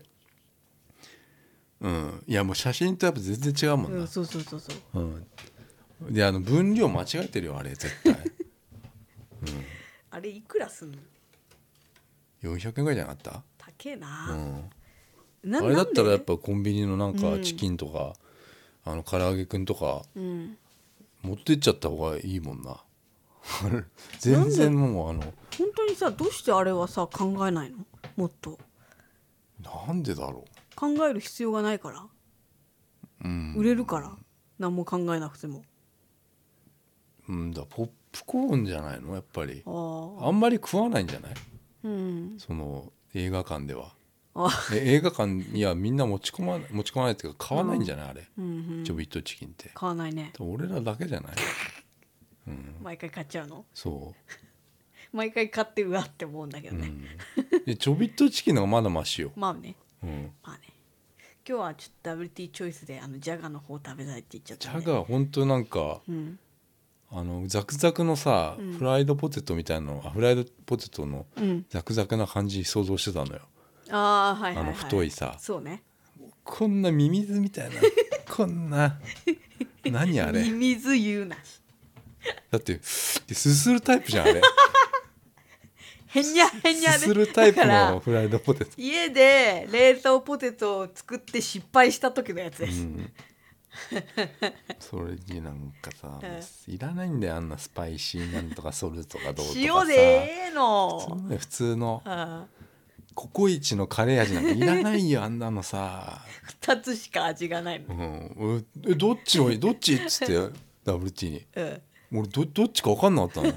うんいやもう写真とやっぱ全然違うもんな、 うん、そうそうそうそううん、であの分量間違えてるよあれ絶対あれいくらすんの？ よんひゃくえんぐらいじゃなかった高えな、 うん、 なあれだったらやっぱ、 ぱコンビニのなんうんかチキンとか、あの唐揚げくんとかうん、 持ってっちゃった方がいいもんな全然もうあの本当にさどうしてあれはさ考えないの？もっとなんでだろ考える必要がないからう、うん売れるから何も考えなくても。 うん、だポップコーンじゃないのやっぱりあああんまり食わないんじゃないうんその映画館ではあえ映画館にはみんな持ち込まない持ち込まないっていうか買わないんじゃない、あれうんうんちょびっとチキンって買わないね。 俺らだけじゃない、うん、 毎回買っちゃうの？ そ毎回買ってうわって思うんだけう、 どね、 うん、でちょびっとチキンの方がまだマシよ、 まあねうん、 まあね今日はちょっと ダブリューティー チョイスであのジャガの方食べたいって言っちゃっジたんでャガーほんとなんかうんあのザクザクのさ、 うんフライドポテトみたいなのあフライドポテトのうんザクザクな感じ想像してたのよ。 ああはいはいはいあの太いさそうねこんなミミズみたいなこんな何あれミミズ言うなだってすするタイプじゃんあれへにゃへにゃすするタイプだからのフライドポテト、 家で冷凍ポテトを作って失敗した時のやつです、 うん、それになんかさ、 ういらないんだよあんなスパイシーなんとかソルトかどうとかさ塩でええの普通の普通のああココイチのカレー味なんかいらないよあんなのさ、 ふたつしか味がないの、 うん、えどっちのどっちっつって ダブリューティー にうん、 俺どどっちか分かんなかったの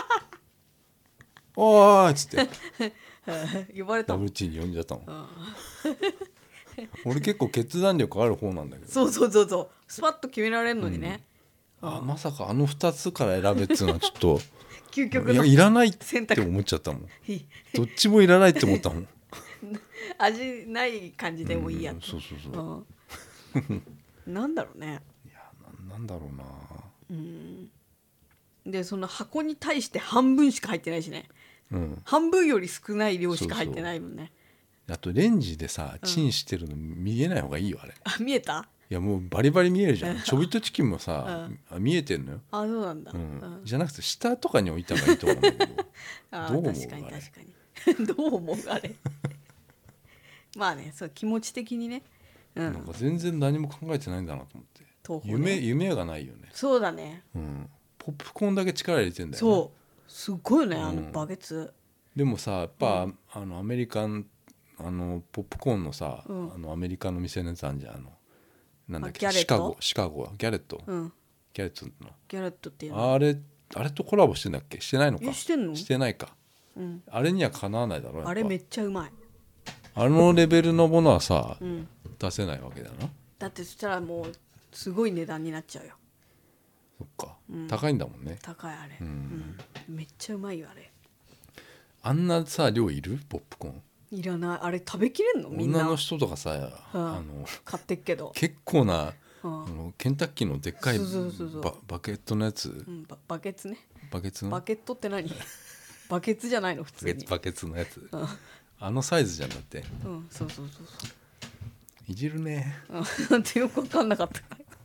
おーいっつって呼ばれたもんダブリューティー に呼んじゃったのうん俺結構決断力ある方なんだけどそうそうそうそうスパッと決められるのにね、 あまさかあのふたつから選べっつうのはちょっと究極のいやいらないって選択思っちゃったもんいどっちもいらないって思ったもん味ない感じでもいいやうんそうそうそううん、なんだろうねいやななんだろうなうんでその箱に対して半分しか入ってないしねうん半分より少ない量しか入ってないもんね。 あとレンジでさチンしてるの見えない方がいいよあれあ見えたいやもうバリバリ見えるじゃんちょびっとチキンもさ、あ見えてんのよ、 あそうなんだ、 ううんんじゃなくて下とかに置いた方がいいと思うんだけどあどう思う確かにあれ確かにどう思うあれまあねそう気持ち的にね、うん、 なんか全然何も考えてないんだなと思って東宝夢ね夢がないよね、 そうだねうん、ポップコーンだけ力入れてんだよねそうすごいねあのうんバケツ、 でもさやっぱ、あのアメリカンあのポップコーンのさ、 うんあのアメリカの店のやつあんじゃんあのなんだっけあギャレットシカゴシカゴギャレット、 うん、 ギャレットのギャレットっていうのあれあれとコラボしてんだっけしてないのかえしてんのしてないかうん、 あれにはかなわないだろやっぱあれめっちゃうまい、 あのレベルのものはさ、 うん、 出せないわけだなだってそしたらもうすごい値段になっちゃうよそっか、 うん高いんだもんね高いあれ、 うんうんめっちゃうまいよあれあんなさ量いるポップコーンいらないあれ食べきれんのみんな女の人とかさ、 うんあの買ってっけど、 結構なあのケンタッキーのでっかいそうそうそうそうババケットのやつ、 うん、ババケツね。 バケツのバケットって何バケツじゃないの普通に。 バケツバケツのやつ、 うん、 あのサイズじゃんだって。 うん、そうそうそうそう。 いじるね。 うんなんてよく分かんなかった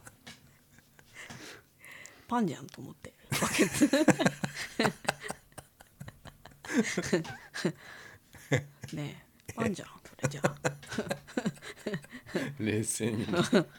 パンじゃんと思ってバケツねえパンじゃんそれじゃあ冷静に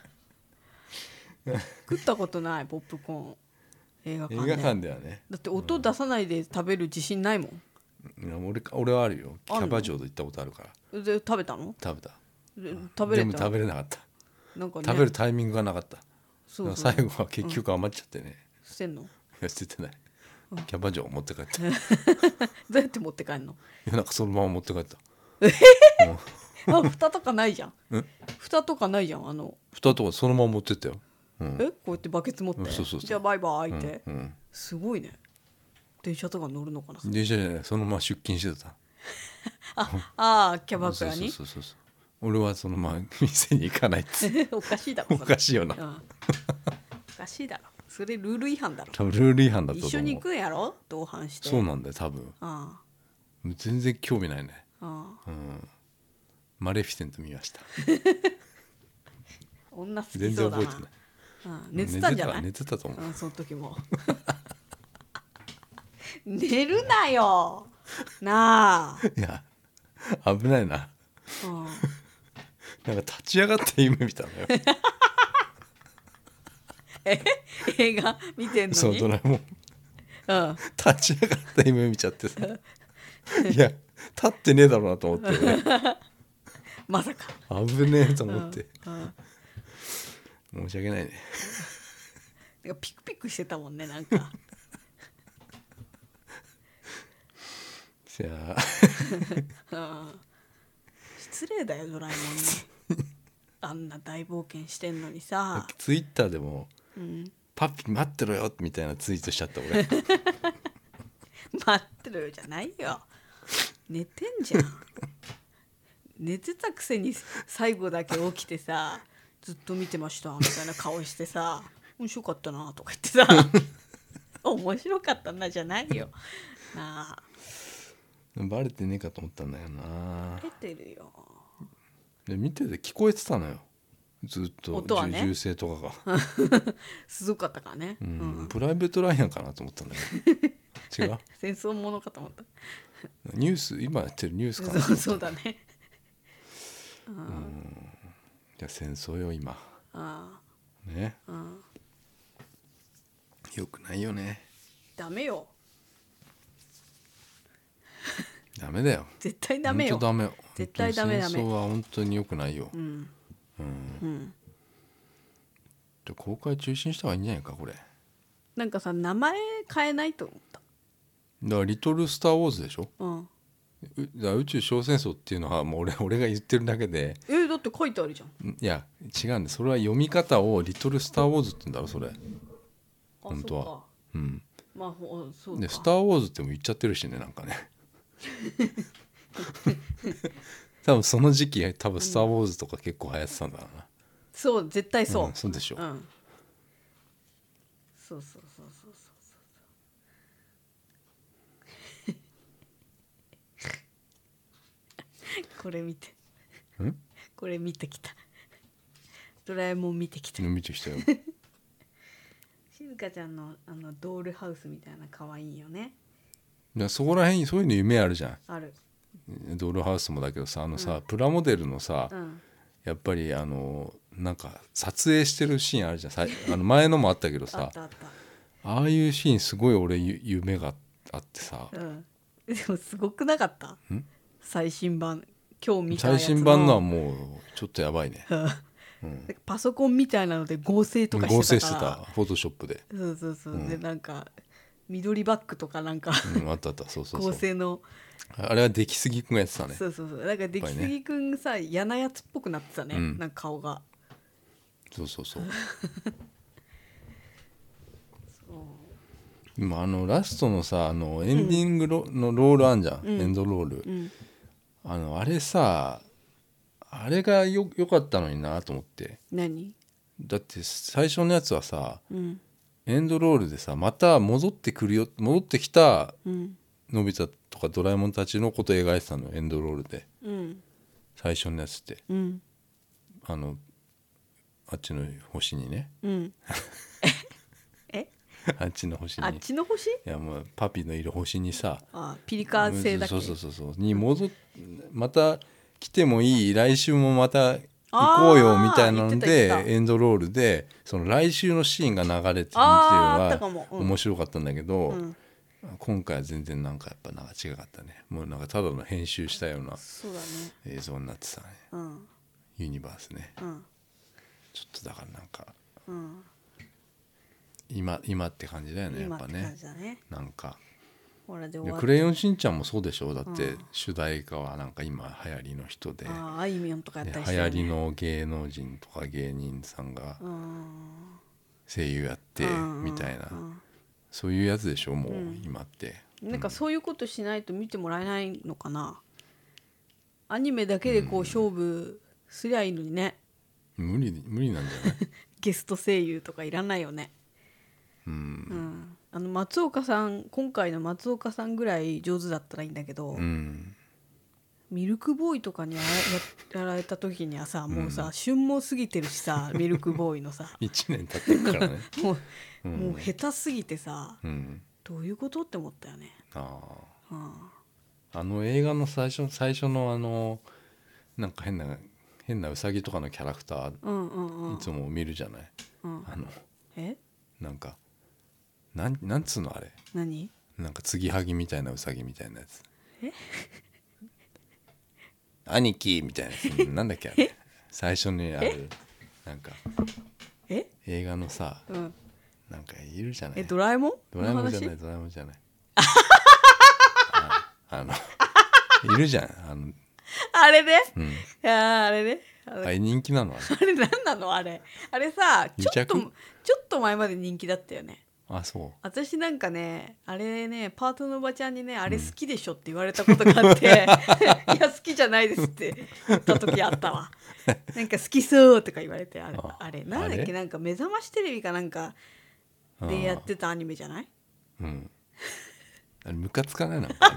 食ったことないポップコーン映画館で。 映画館ではね。 だって音出さないで食べる自信ないもん。 いや俺俺はあるよ。キあんのャバ嬢と行ったことあるから。 で食べたの？ 食べた。 で食べれた？ でも食べれなかった。 なんかね、 食べるタイミングがなかった。 そうそう最後は結局余っちゃってね、 捨てんの？ いや捨ててない、キャバ嬢持って帰ったいどうやって持って帰んの？ やなんかそのまま持って帰った。 あ蓋とかないじゃん。 え蓋とかないじゃんあの。 蓋とかそのまま持ってったよ、うん、 えこうやってバケツ持って、 うんそうそうそうじゃあバイバイって、 うんうんすごいね。電車とか乗るのかな。 電車じゃない、そのまま出勤してた。 ああキャバクラに。 そうそうそうそう、俺はそのまま店に行かないっつおかしいだろおかしいよな、 うん、おかしいだろそれルール違反だろ。 多分ルール違反だったと思う。 一緒に行くんやろ同伴して。 そうなんだよ多分。 あ全然興味ないね。 あああ、 うん、マレフィセント見ました。 女好き全そうだな。 然覚えてない。 うん、寝てたんじゃない？ 寝てたと思う、 うん、その時も寝るなよなあ。 いや危ないな、 うん、 なんか立ち上がって夢見たのよえ映画見てんのに。 そうドラえもんうん、 立ち上がった夢見ちゃってさいや立ってねえだろうなと思って、ね、 まさか危ねえと思って、 うん申し訳ないね。 なんかピクピクしてたもんねなんかじゃあうん失礼だよドラえもんにあんな大冒険してんのにさ。 ツイッターでも、 うん、 パピ待ってろよみたいなツイートしちゃった俺待ってろよじゃないよ寝てんじゃん寝てたくせに最後だけ起きてさずっと見てましたみたいな顔してさ面白かったなとか言ってさ面白かったなじゃないよなあ。 バレてねえかと思ったんだよな。 出てるよ。 で見てて聞こえてたのよずっと、 音はね銃声とかが、 すごかったからね、 うんうん、 プライベートライアンかなと思ったんだけど違う戦争ものかと思ったニュース今やってるニュースかな。 そうそうだね、うん、 いや戦争よ今あね、 あ、うん、 よくないよね。 ダメよダメだよ絶対ダメよ。 本当ダメよ。 絶対ダメダメ。 戦争は本当によくないよ、 うんうんうん、 で公開中止にした方がいいんじゃないかこれ。 なんかさ名前変えないと思った。 だからリトルスターウォーズでしょ、 うん、 うだから宇宙小戦争っていうのはもう 俺, 俺が言ってるだけで、 えだって書いてあるじゃん。 いや違うんだ、それは読み方をリトルスターウォーズって言うんだろそれ本当は。 そうか。 うんまあほそうか。 でスターウォーズっても言っちゃってるしねなんかね多分その時期多分スターウォーズとか結構流行ってたんだろうな。 そう絶対そう、 うん、そうでしょ、 うん、そうそうそうそうそうこれ見てんこれ見てきたドラえもん見てきた。 見てきたよ静香ちゃんのあのドールハウスみたいな可愛いよね。 いやそこら辺にそういうの夢あるじゃん。 ある。 ドールハウスもだけどさあのさ、 うん、 プラモデルのさ、 うん、 やっぱりあのなんか撮影してるシーンあるじゃん。さあの前のもあったけどさあったあった。 ああいうシーンすごい俺夢があってさ、 うん、でもすごくなかった？最新版今日見たやつの最新版のはもうちょっとやばいね、 うん、パソコンみたいなので合成とかしてたから。 合成してたフォトショップで。 そうそうそう、 うん、 でなんか緑バッグとかなんか、 うん、あったあったそうそうそう合成のあれは出来すぎくんがやってたね。 そうそうそうなんか出来すぎくんさ、ね、嫌なやつっぽくなってたね、うん、なんか顔がそうそうそう今あのラストのさあのエンディングロ、うん、のロールあんじゃん、うん、エンドロール、うん、あのあれさあれがよよかったのになと思って。 何だって最初のやつはさ、 うん、 エンドロールでさまた戻ってくるよ戻ってきたうんのび太とかドラえもんたちのことを描いてたのエンドロールでうん最初のやつってうんあのあっちの星にねうんえあっちの星にあっちの星？ いやもうパピのいる星にさあピリカ星だっけ？ そうそうそうそうに戻っまた来てもいい来週もまた行こうよみたいなのあー言ってた言ってでエンドロールでその来週のシーンが流れてるっていうのあーあったかがもうん面白かったんだけど、 うん今回は全然なんかやっぱなんか違かったね。もうなんかただの編集したようなそうだね映像になってたね。 うんユニバースね。 うんちょっとだからなんかうん今今って感じだよねや今って感っぱね。 じだねなんかほらで終わっクレヨンしんちゃんもそうでしょ。だってうん主題歌はなんか今流行りの人で、 あーあいみょんとかやっでたりしてるね流行りの芸能人とか芸人さんがうん声優やってうんみたいな、 うんそういうやつでしょもううん今って。 なんかそういうことしないと見てもらえないのかな。アニメだけでこう勝負すりゃいいのにね。 無理無理なんじゃない？ ゲスト声優とかいらないよね。 うんうん、あの松岡さん今回の松岡さんぐらい上手だったらいいんだけど、 うんミルクボーイとかにやらやられた時にはさもうさ、旬も過ぎてるしさミルクボーイのさいちねん経ってるからね。 もう、 うんもう下手すぎてさうんどういうことって思ったよね。 ああうんあの映画の最初最初のあのなんか変な変なウサギとかのキャラクターうんうんうんいつも見るじゃない、 うんあのえなんかなんなんつうのあれ何なんか継ぎはぎみたいなウサギみたいなやつえ兄貴みたいなやつなんだっけあれ最初にあるなんかえ映画のさうんなんかいるじゃないえドラえもんドラえもんじゃないの話ドラえもんじゃないああのいるじゃんあの、 あれねうん、 いやーあれねあれあれ人気なのあれあれ何なのあれあれさちょっと癒着ちょっと前まで人気だったよね。 あそう私なんかねあれねパートのおばちゃんにねあれ好きでしょって言われたことがあって、いや好きじゃないですって言った時あったわ。なんか好きそうとか言われてあれああれなんだっあれけなんか目覚ましテレビかなんかでやってたアニメじゃない？ うんあれムカつかないなんか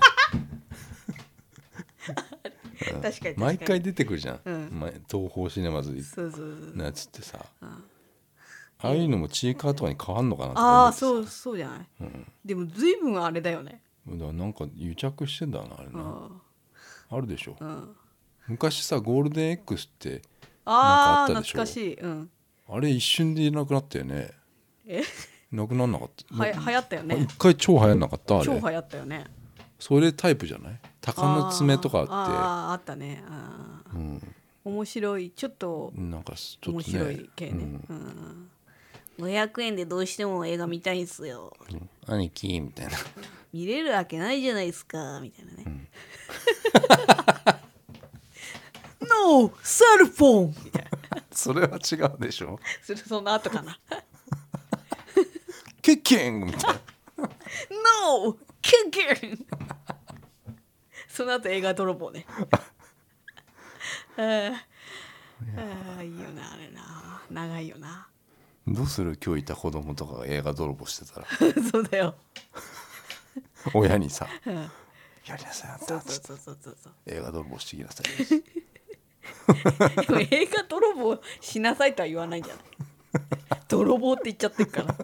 確かに確かに毎回出てくるじゃん、 うん前東宝シネマズそうそうそうのやつってさ、 うんああいうのもちいかわとかに変わんのかなとかああ思ってさそうそうじゃない、 うんでも随分あれだよね。 だからなんか癒着してんだなあれな、 うんあるでしょ、 うん昔さゴールデン X ってああなんかあったでしょ懐かしい。うんあれ一瞬でいなくなったよね。 えいなくなんなかったはや流行ったよね。 一回超流行んなかったあれ超流行ったよね。 それタイプじゃない鷹の爪とかあってあーあーあったね。あーうん面白いちょっとなんかちょっとね面白い系ね。うんごひゃくえんでどうしても映画見たいんすよ。 うん兄貴みたいな見れるわけないじゃないですかみたいなね。No! セルフォンみたいな。 それは違うでしょそれその後かな。 キッキングみたいな No! キンキンその後映画泥棒ね。あーあーいいよなあれな長いよな。 どうする今日いた子供とかが映画泥棒してたらそうだよ。 親にさうんやりなさいあんそうそうたつってそうそうそうそう。 映画泥棒してきなさいでも映画泥棒しなさいとは言わないんじゃない泥棒って言っちゃってるから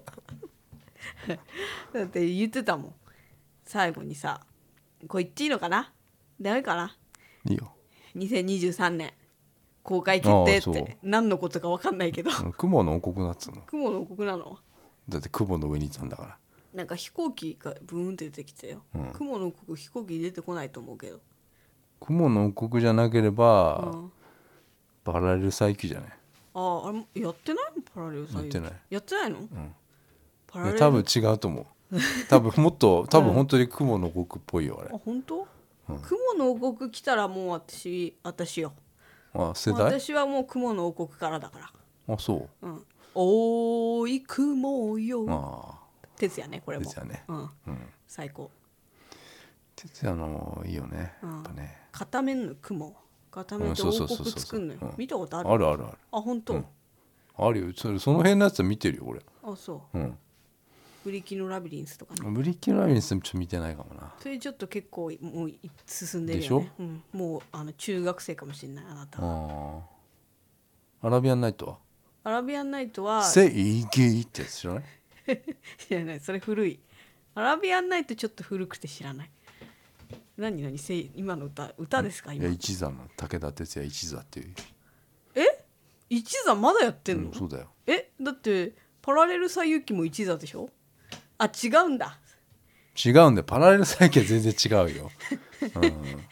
だって言ってたもん最後にさこれ言っていいのかなダメかないいよにせんにじゅうさんねん公開決定っああそうて何のことか分かんないけど雲の王国なっつうの雲の王国なのだって雲の上にいたんだからなんか飛行機がブーンって出てきてよ、 うん雲の王国飛行機出てこないと思うけど、 雲の王国じゃなけれうば、 ん、 パラレル再起じゃないあああれもやってないのパラレル最やってないやってないの、 んパラレルいや多分違うと思う多分もっと多分本当に雲の王国っぽいよあれあ本当、 うん雲の王国来たらもう私私よあ世代私はもう雲の王国からだからあそううんおーい雲よあ哲也ねこれも哲也ねうん、 うん最高哲也のいいよねうんやっぱね片面の雲片面で王うんそうそうそうそう国作るのようん見たことあるあるあるあるあ本当、 うんあるよ。それその辺のやつは見てるよ俺。 あ、そうん。 う。ブリキのラビリンスとかね。 ブリキのラビリンスちょっと見てないかもな。 それちょっと結構もう進んでるよね。 でしょ？ うん、もうあの中学生かもしれないあなたは。 ああ。アラビアンナイトは？ アラビアンナイトは正義ってやつ知らない？ 知らない。それ古い。アラビアンナイトちょっと古くて知らない。何何せ今の歌歌ですか今？ いや一座の武田鉄矢一座っていう。 え？一座まだやってんの？ うん、そうだよ。 えだってパラレル西遊記も一座でしょ？あ、違うんだ。 違うんだよ。パラレル最近は全然違うよ。うん、 だから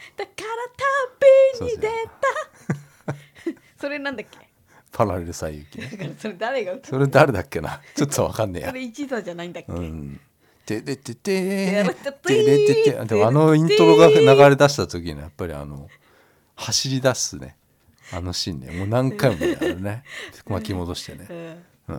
旅に出た。それなんだっけ？ パラレル最遊記ね。 だからそれ誰が歌ってそれ誰だっけな。ちょっとわかんねえや。 それ一座じゃないんだっけ？ うん。ててててててててて。でもあのイントロが流れ出した時にやっぱりあの走り出すね。あのシーンね。もう何回もねあるね。巻き戻してね。うん。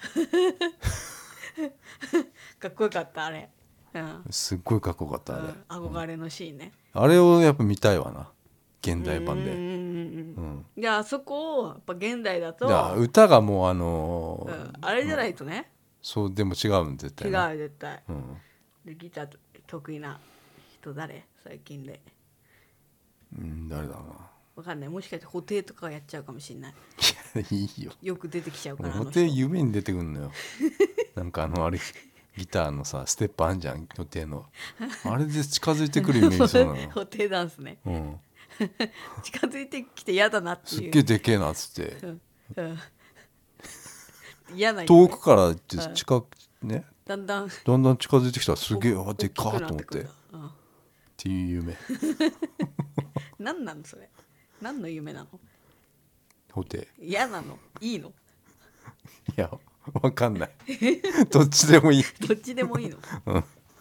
かっこよかったあれ。うん。 すっごいかっこよかったあれ。 憧れのシーンね。 あれをやっぱ見たいわな。現代版で。 うんうんうんうん。いやあそこをやっぱ現代だと。 じゃあ歌がもうあのうん、あれじゃないとね。 そうでも違うん絶対違ね。 う絶対。 うん。 でギター得意な人誰最近で？ うん誰だろうな。 わかんない。もしかして布袋とかやっちゃうかもしれない。 いやいいよ。 よく出てきちゃうから。 布袋夢に出てくんのよ。なんかあのあれギターのさステップあんじゃん布袋の。あれで近づいてくるイメージそうなの。 布袋ダンスね。 うん。 近づいてきて嫌だなっていう。 すっげえでけえなっつって。 うんうん嫌な遠くからって近くね。 だんだんだんだん近づいてきたらすげえあでか大きくーと思って。 なってくるんだ。 っうんていう夢。 何なのそれ？何の夢なの？ 布袋。い嫌なの？いいの？ やわかんない。どっちでもいい。 どっちでもいいの？ うん。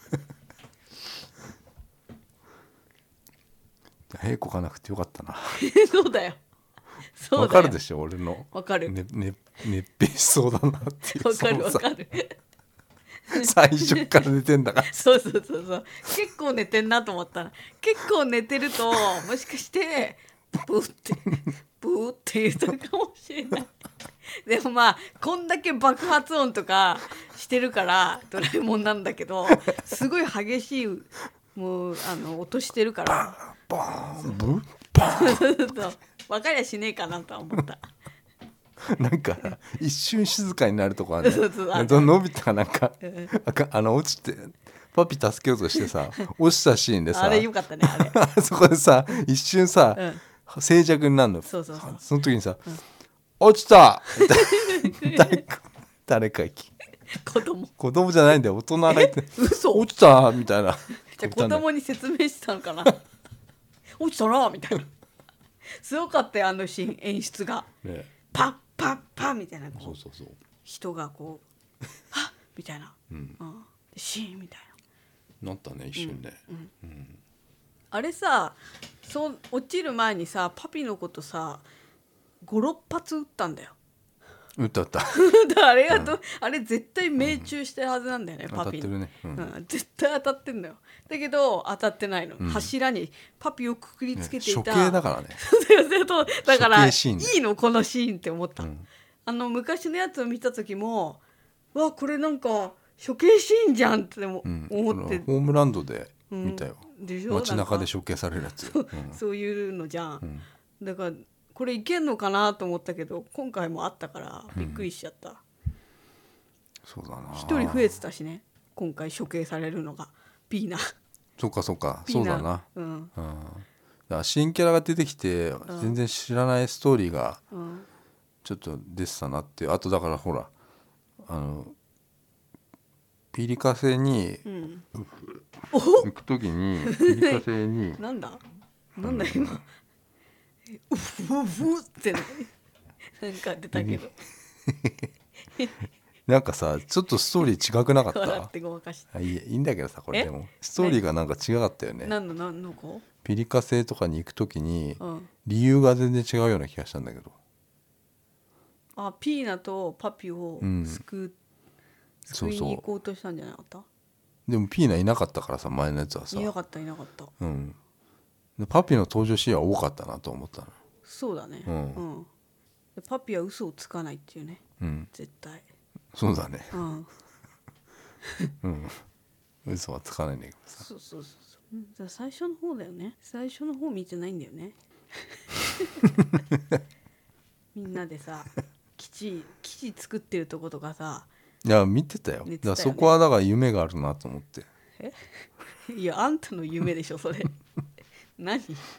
平子かなくてよかったな。 そうだよ。そうだよ。 わかるでしょ俺の。 わかる。 ねね熱ぺしそうだなっていう。 わかるわそのさかる。 最初から寝てんだから。 そうそうそうそう。結構寝てんなと思ったら、結構寝てるともしかしてブーってブーって言ったかもしれない。でもまあこんだけ爆発音とかしてるからドラえもんなんだけど、すごい激しいもうあの音してるからバーンブッバーン。 そう分かりゃしねえかなとは思った。 なんか一瞬静かになるとこあるね。 そうそうあるそののび太がなんかあかあの落ちてパピ助けようとしてさ落ちたシーンでさあれよかったねあれ。 あそこでさ一瞬さ、 うん静寂になるの。 そうそうそうその時にさ、うん、落ちた誰か誰か子供子供じゃないんだよ大人が言って嘘落ちたみたいな。 じゃあ子供に説明したのかな。落ちたなみたいな。すごかったよあのシーン演出が、 ね、 パッパッパッみたいなこうそうそうそう人がこうはっみたいな、 うんうん、でシーンみたいななったね一瞬で、 うんうんうん、 あれさそう落ちる前にさパピのことさごろっ発撃ったんだよ。 撃った撃っただからあれがど、うん、あれ絶対命中してるはずなんだよね、うん、パピに当たってるね、うんうん、絶対当たってんだよ。だけど当たってないの、うん、柱にパピをくくりつけていた、 ね、処刑だからねだからいいのこのシーンって思った、 うん、 あの昔のやつを見た時もわこれなんか処刑シーンじゃんって思って、うん、 ホームランドで見たよ、 うん、でしょ街中で処刑されるやつ、 うん、そういうのじゃん、うん、だからこれいけんのかなと思ったけど今回もあったからびっくりしちゃった、うん、 そうだな一人増えてたしね今回処刑されるのがピーナ。 そうかそうかそうだな、 うん、 だから新キャラが出てきて、うん、全然知らないストーリーがちょっと出てたなっていう。あとだからほらあのピリカ星に、うん、行く時にピリカ星になんだなんだ今うふうふってなんか出たけどなんかさちょっとストーリー違くなかった？ 笑ってごまかして。 いい、いいんだけどさこれでもストーリーがなんか違かったよね。 何の何の子？ ピリカ星とかに行く時に、うん、理由が全然違うような気がしたんだけど。 あピーナとパピを救う、うん、救いに行こうとしたんじゃなかった？ でもピーナいなかったからさ前のやつはさ。 いなかったいなかった。 うん。パピの登場シーンは多かったなと思ったの。 そうだね。うん。うん、 パピは嘘をつかないっていうね、 うん、 絶対。 そうだね。 うん、 うん、嘘はつかないんだけどさ。 そうそうそうそう。じゃあ最初の方だよね。最初の方見てないんだよね。みんなでさ、基地基地作ってるとことかさ。 いや見てたよ。 寝てたよね。 だからそこはだから夢があるなと思って。 えいやあんたの夢でしょそれ。何？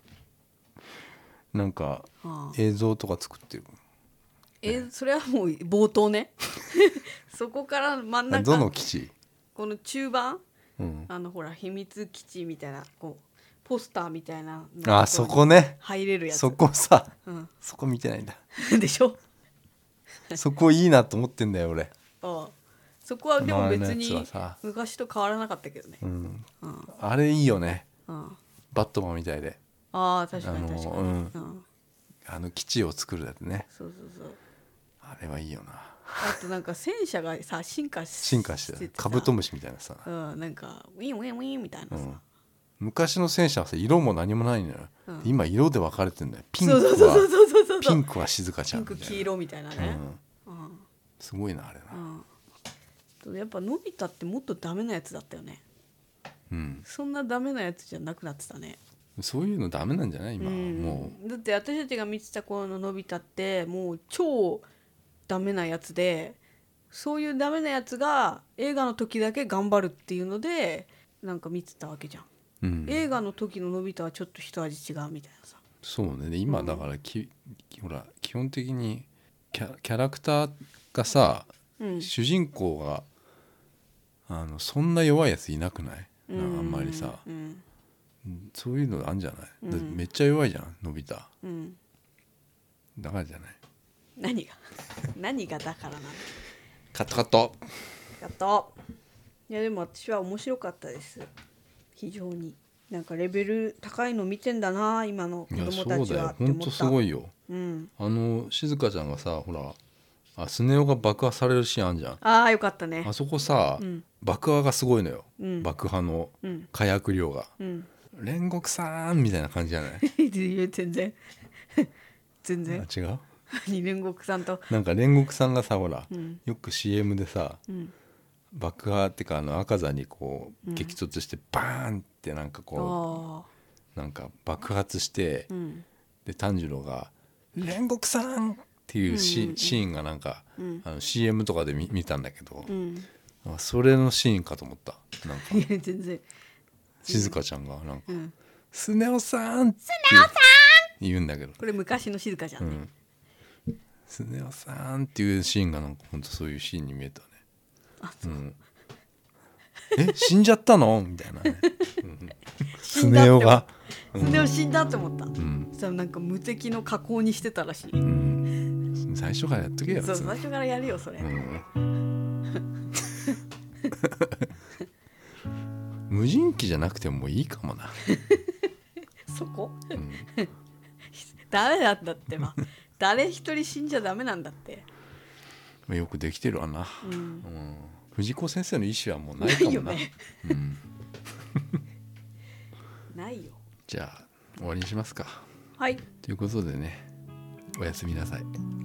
なんかああ映像とか作ってる。 えそれはもう冒頭ね。そこから真ん中どの基地？ この中盤、 うん、 あのほら秘密基地みたいなこうポスターみたいなのあそこね、 入れるやつ。 そこさ、 うん、 そこ見てないんだ。 でしょ。 そこいいなと思ってんだよ俺。 ああそこはでも別前のにやつはさ昔と変わらなかったけどね。 うん、 うん、 あれいいよね、 うん、 バットマンみたいで。 ああ確かにあの確かに、 うんうん、 あの基地を作るやつね。 そうそうそう。 あれはいいよな。 あとなんか戦車がさ進化し進化してててさカブトムシみたいなさ、 うん、なんかウィンウィンウィンみたいなさ、 うん、昔の戦車はさ色も何もないのよ、 うん、 今色で分かれてんだよ。ピンクはそうそうそうそうそうそうピンクは静香ちゃんみたいな、 ピンク黄色みたいなね、 うんうん、 すごいなあれな、 うん、やっぱのび太ってもっとダメなやつだったよね。 うん、 そんなダメなやつじゃなくなってたね。 そういうのダメなんじゃない今、うん、もうだって私たちが見てた頃ののび太ってもう超ダメなやつで、そういうダメなやつが映画の時だけ頑張るっていうのでなんか見てたわけじゃん、うん、映画の時ののび太はちょっと一味違うみたいなさ。 そうね、今だからき、うん、ほら基本的にキ ャ, キャラクターがさ、うん、主人公があのそんな弱いやついなくない？なんかあんまりさ、うんうん、そういうのあんじゃない、うん、めっちゃ弱いじゃんのび太、うん、だからじゃない？ 何が何がだからなの？ カットカットカット。いやでも私は面白かったです。非常になんかレベル高いの見てんだな今の子供たちはって思った。 ほんとすごいよ、うん、あの静香ちゃんがさほらあスネ夫が爆破されるシーンあんじゃん。 ああよかったね。 あそこさ、うん、爆破がすごいのよ、うん、爆破の火薬量が、うん、煉獄さんみたいな感じじゃない？ 全然全然あ違う煉獄さんとなんか煉獄さんがさほら、うん、よく シーエム でさ、うん、爆破ってかあの赤座にこう、うん、激突してバーンってなんかこうなんか爆発して、うん、で炭治郎が煉獄さんっていうシ,、うんうん、シーンがなんか、うん、あの シーエム とかで 見, 見たんだけど、うん、それのシーンかと思った。なんかいや全然静香ちゃんがなんか、うん、スネ夫さんって言うんだけど、 これ昔の静香ちゃんね、うんスネ夫さんっていうシーンがなんか本当そういうシーンに見えたね。 あそう、うん、 え死んじゃったのみたいなね、うん、スネ夫がスネ夫死んだって思った、うん、そしたらなんか無敵の加工にしてたらしい、うん、 最初からやっとけよ。 そう最初からやるよそれ、うん、 無人機じゃなくてもいいかもなそこ、うん、ダメなんだってば誰一人死んじゃダメなんだって。 よくできてるわな、うんうん、藤子先生の意思はもうないかもな。ないよね、うん、 ないよ。 じゃあ終わりにしますか。 はい。 ということでねおやすみなさい。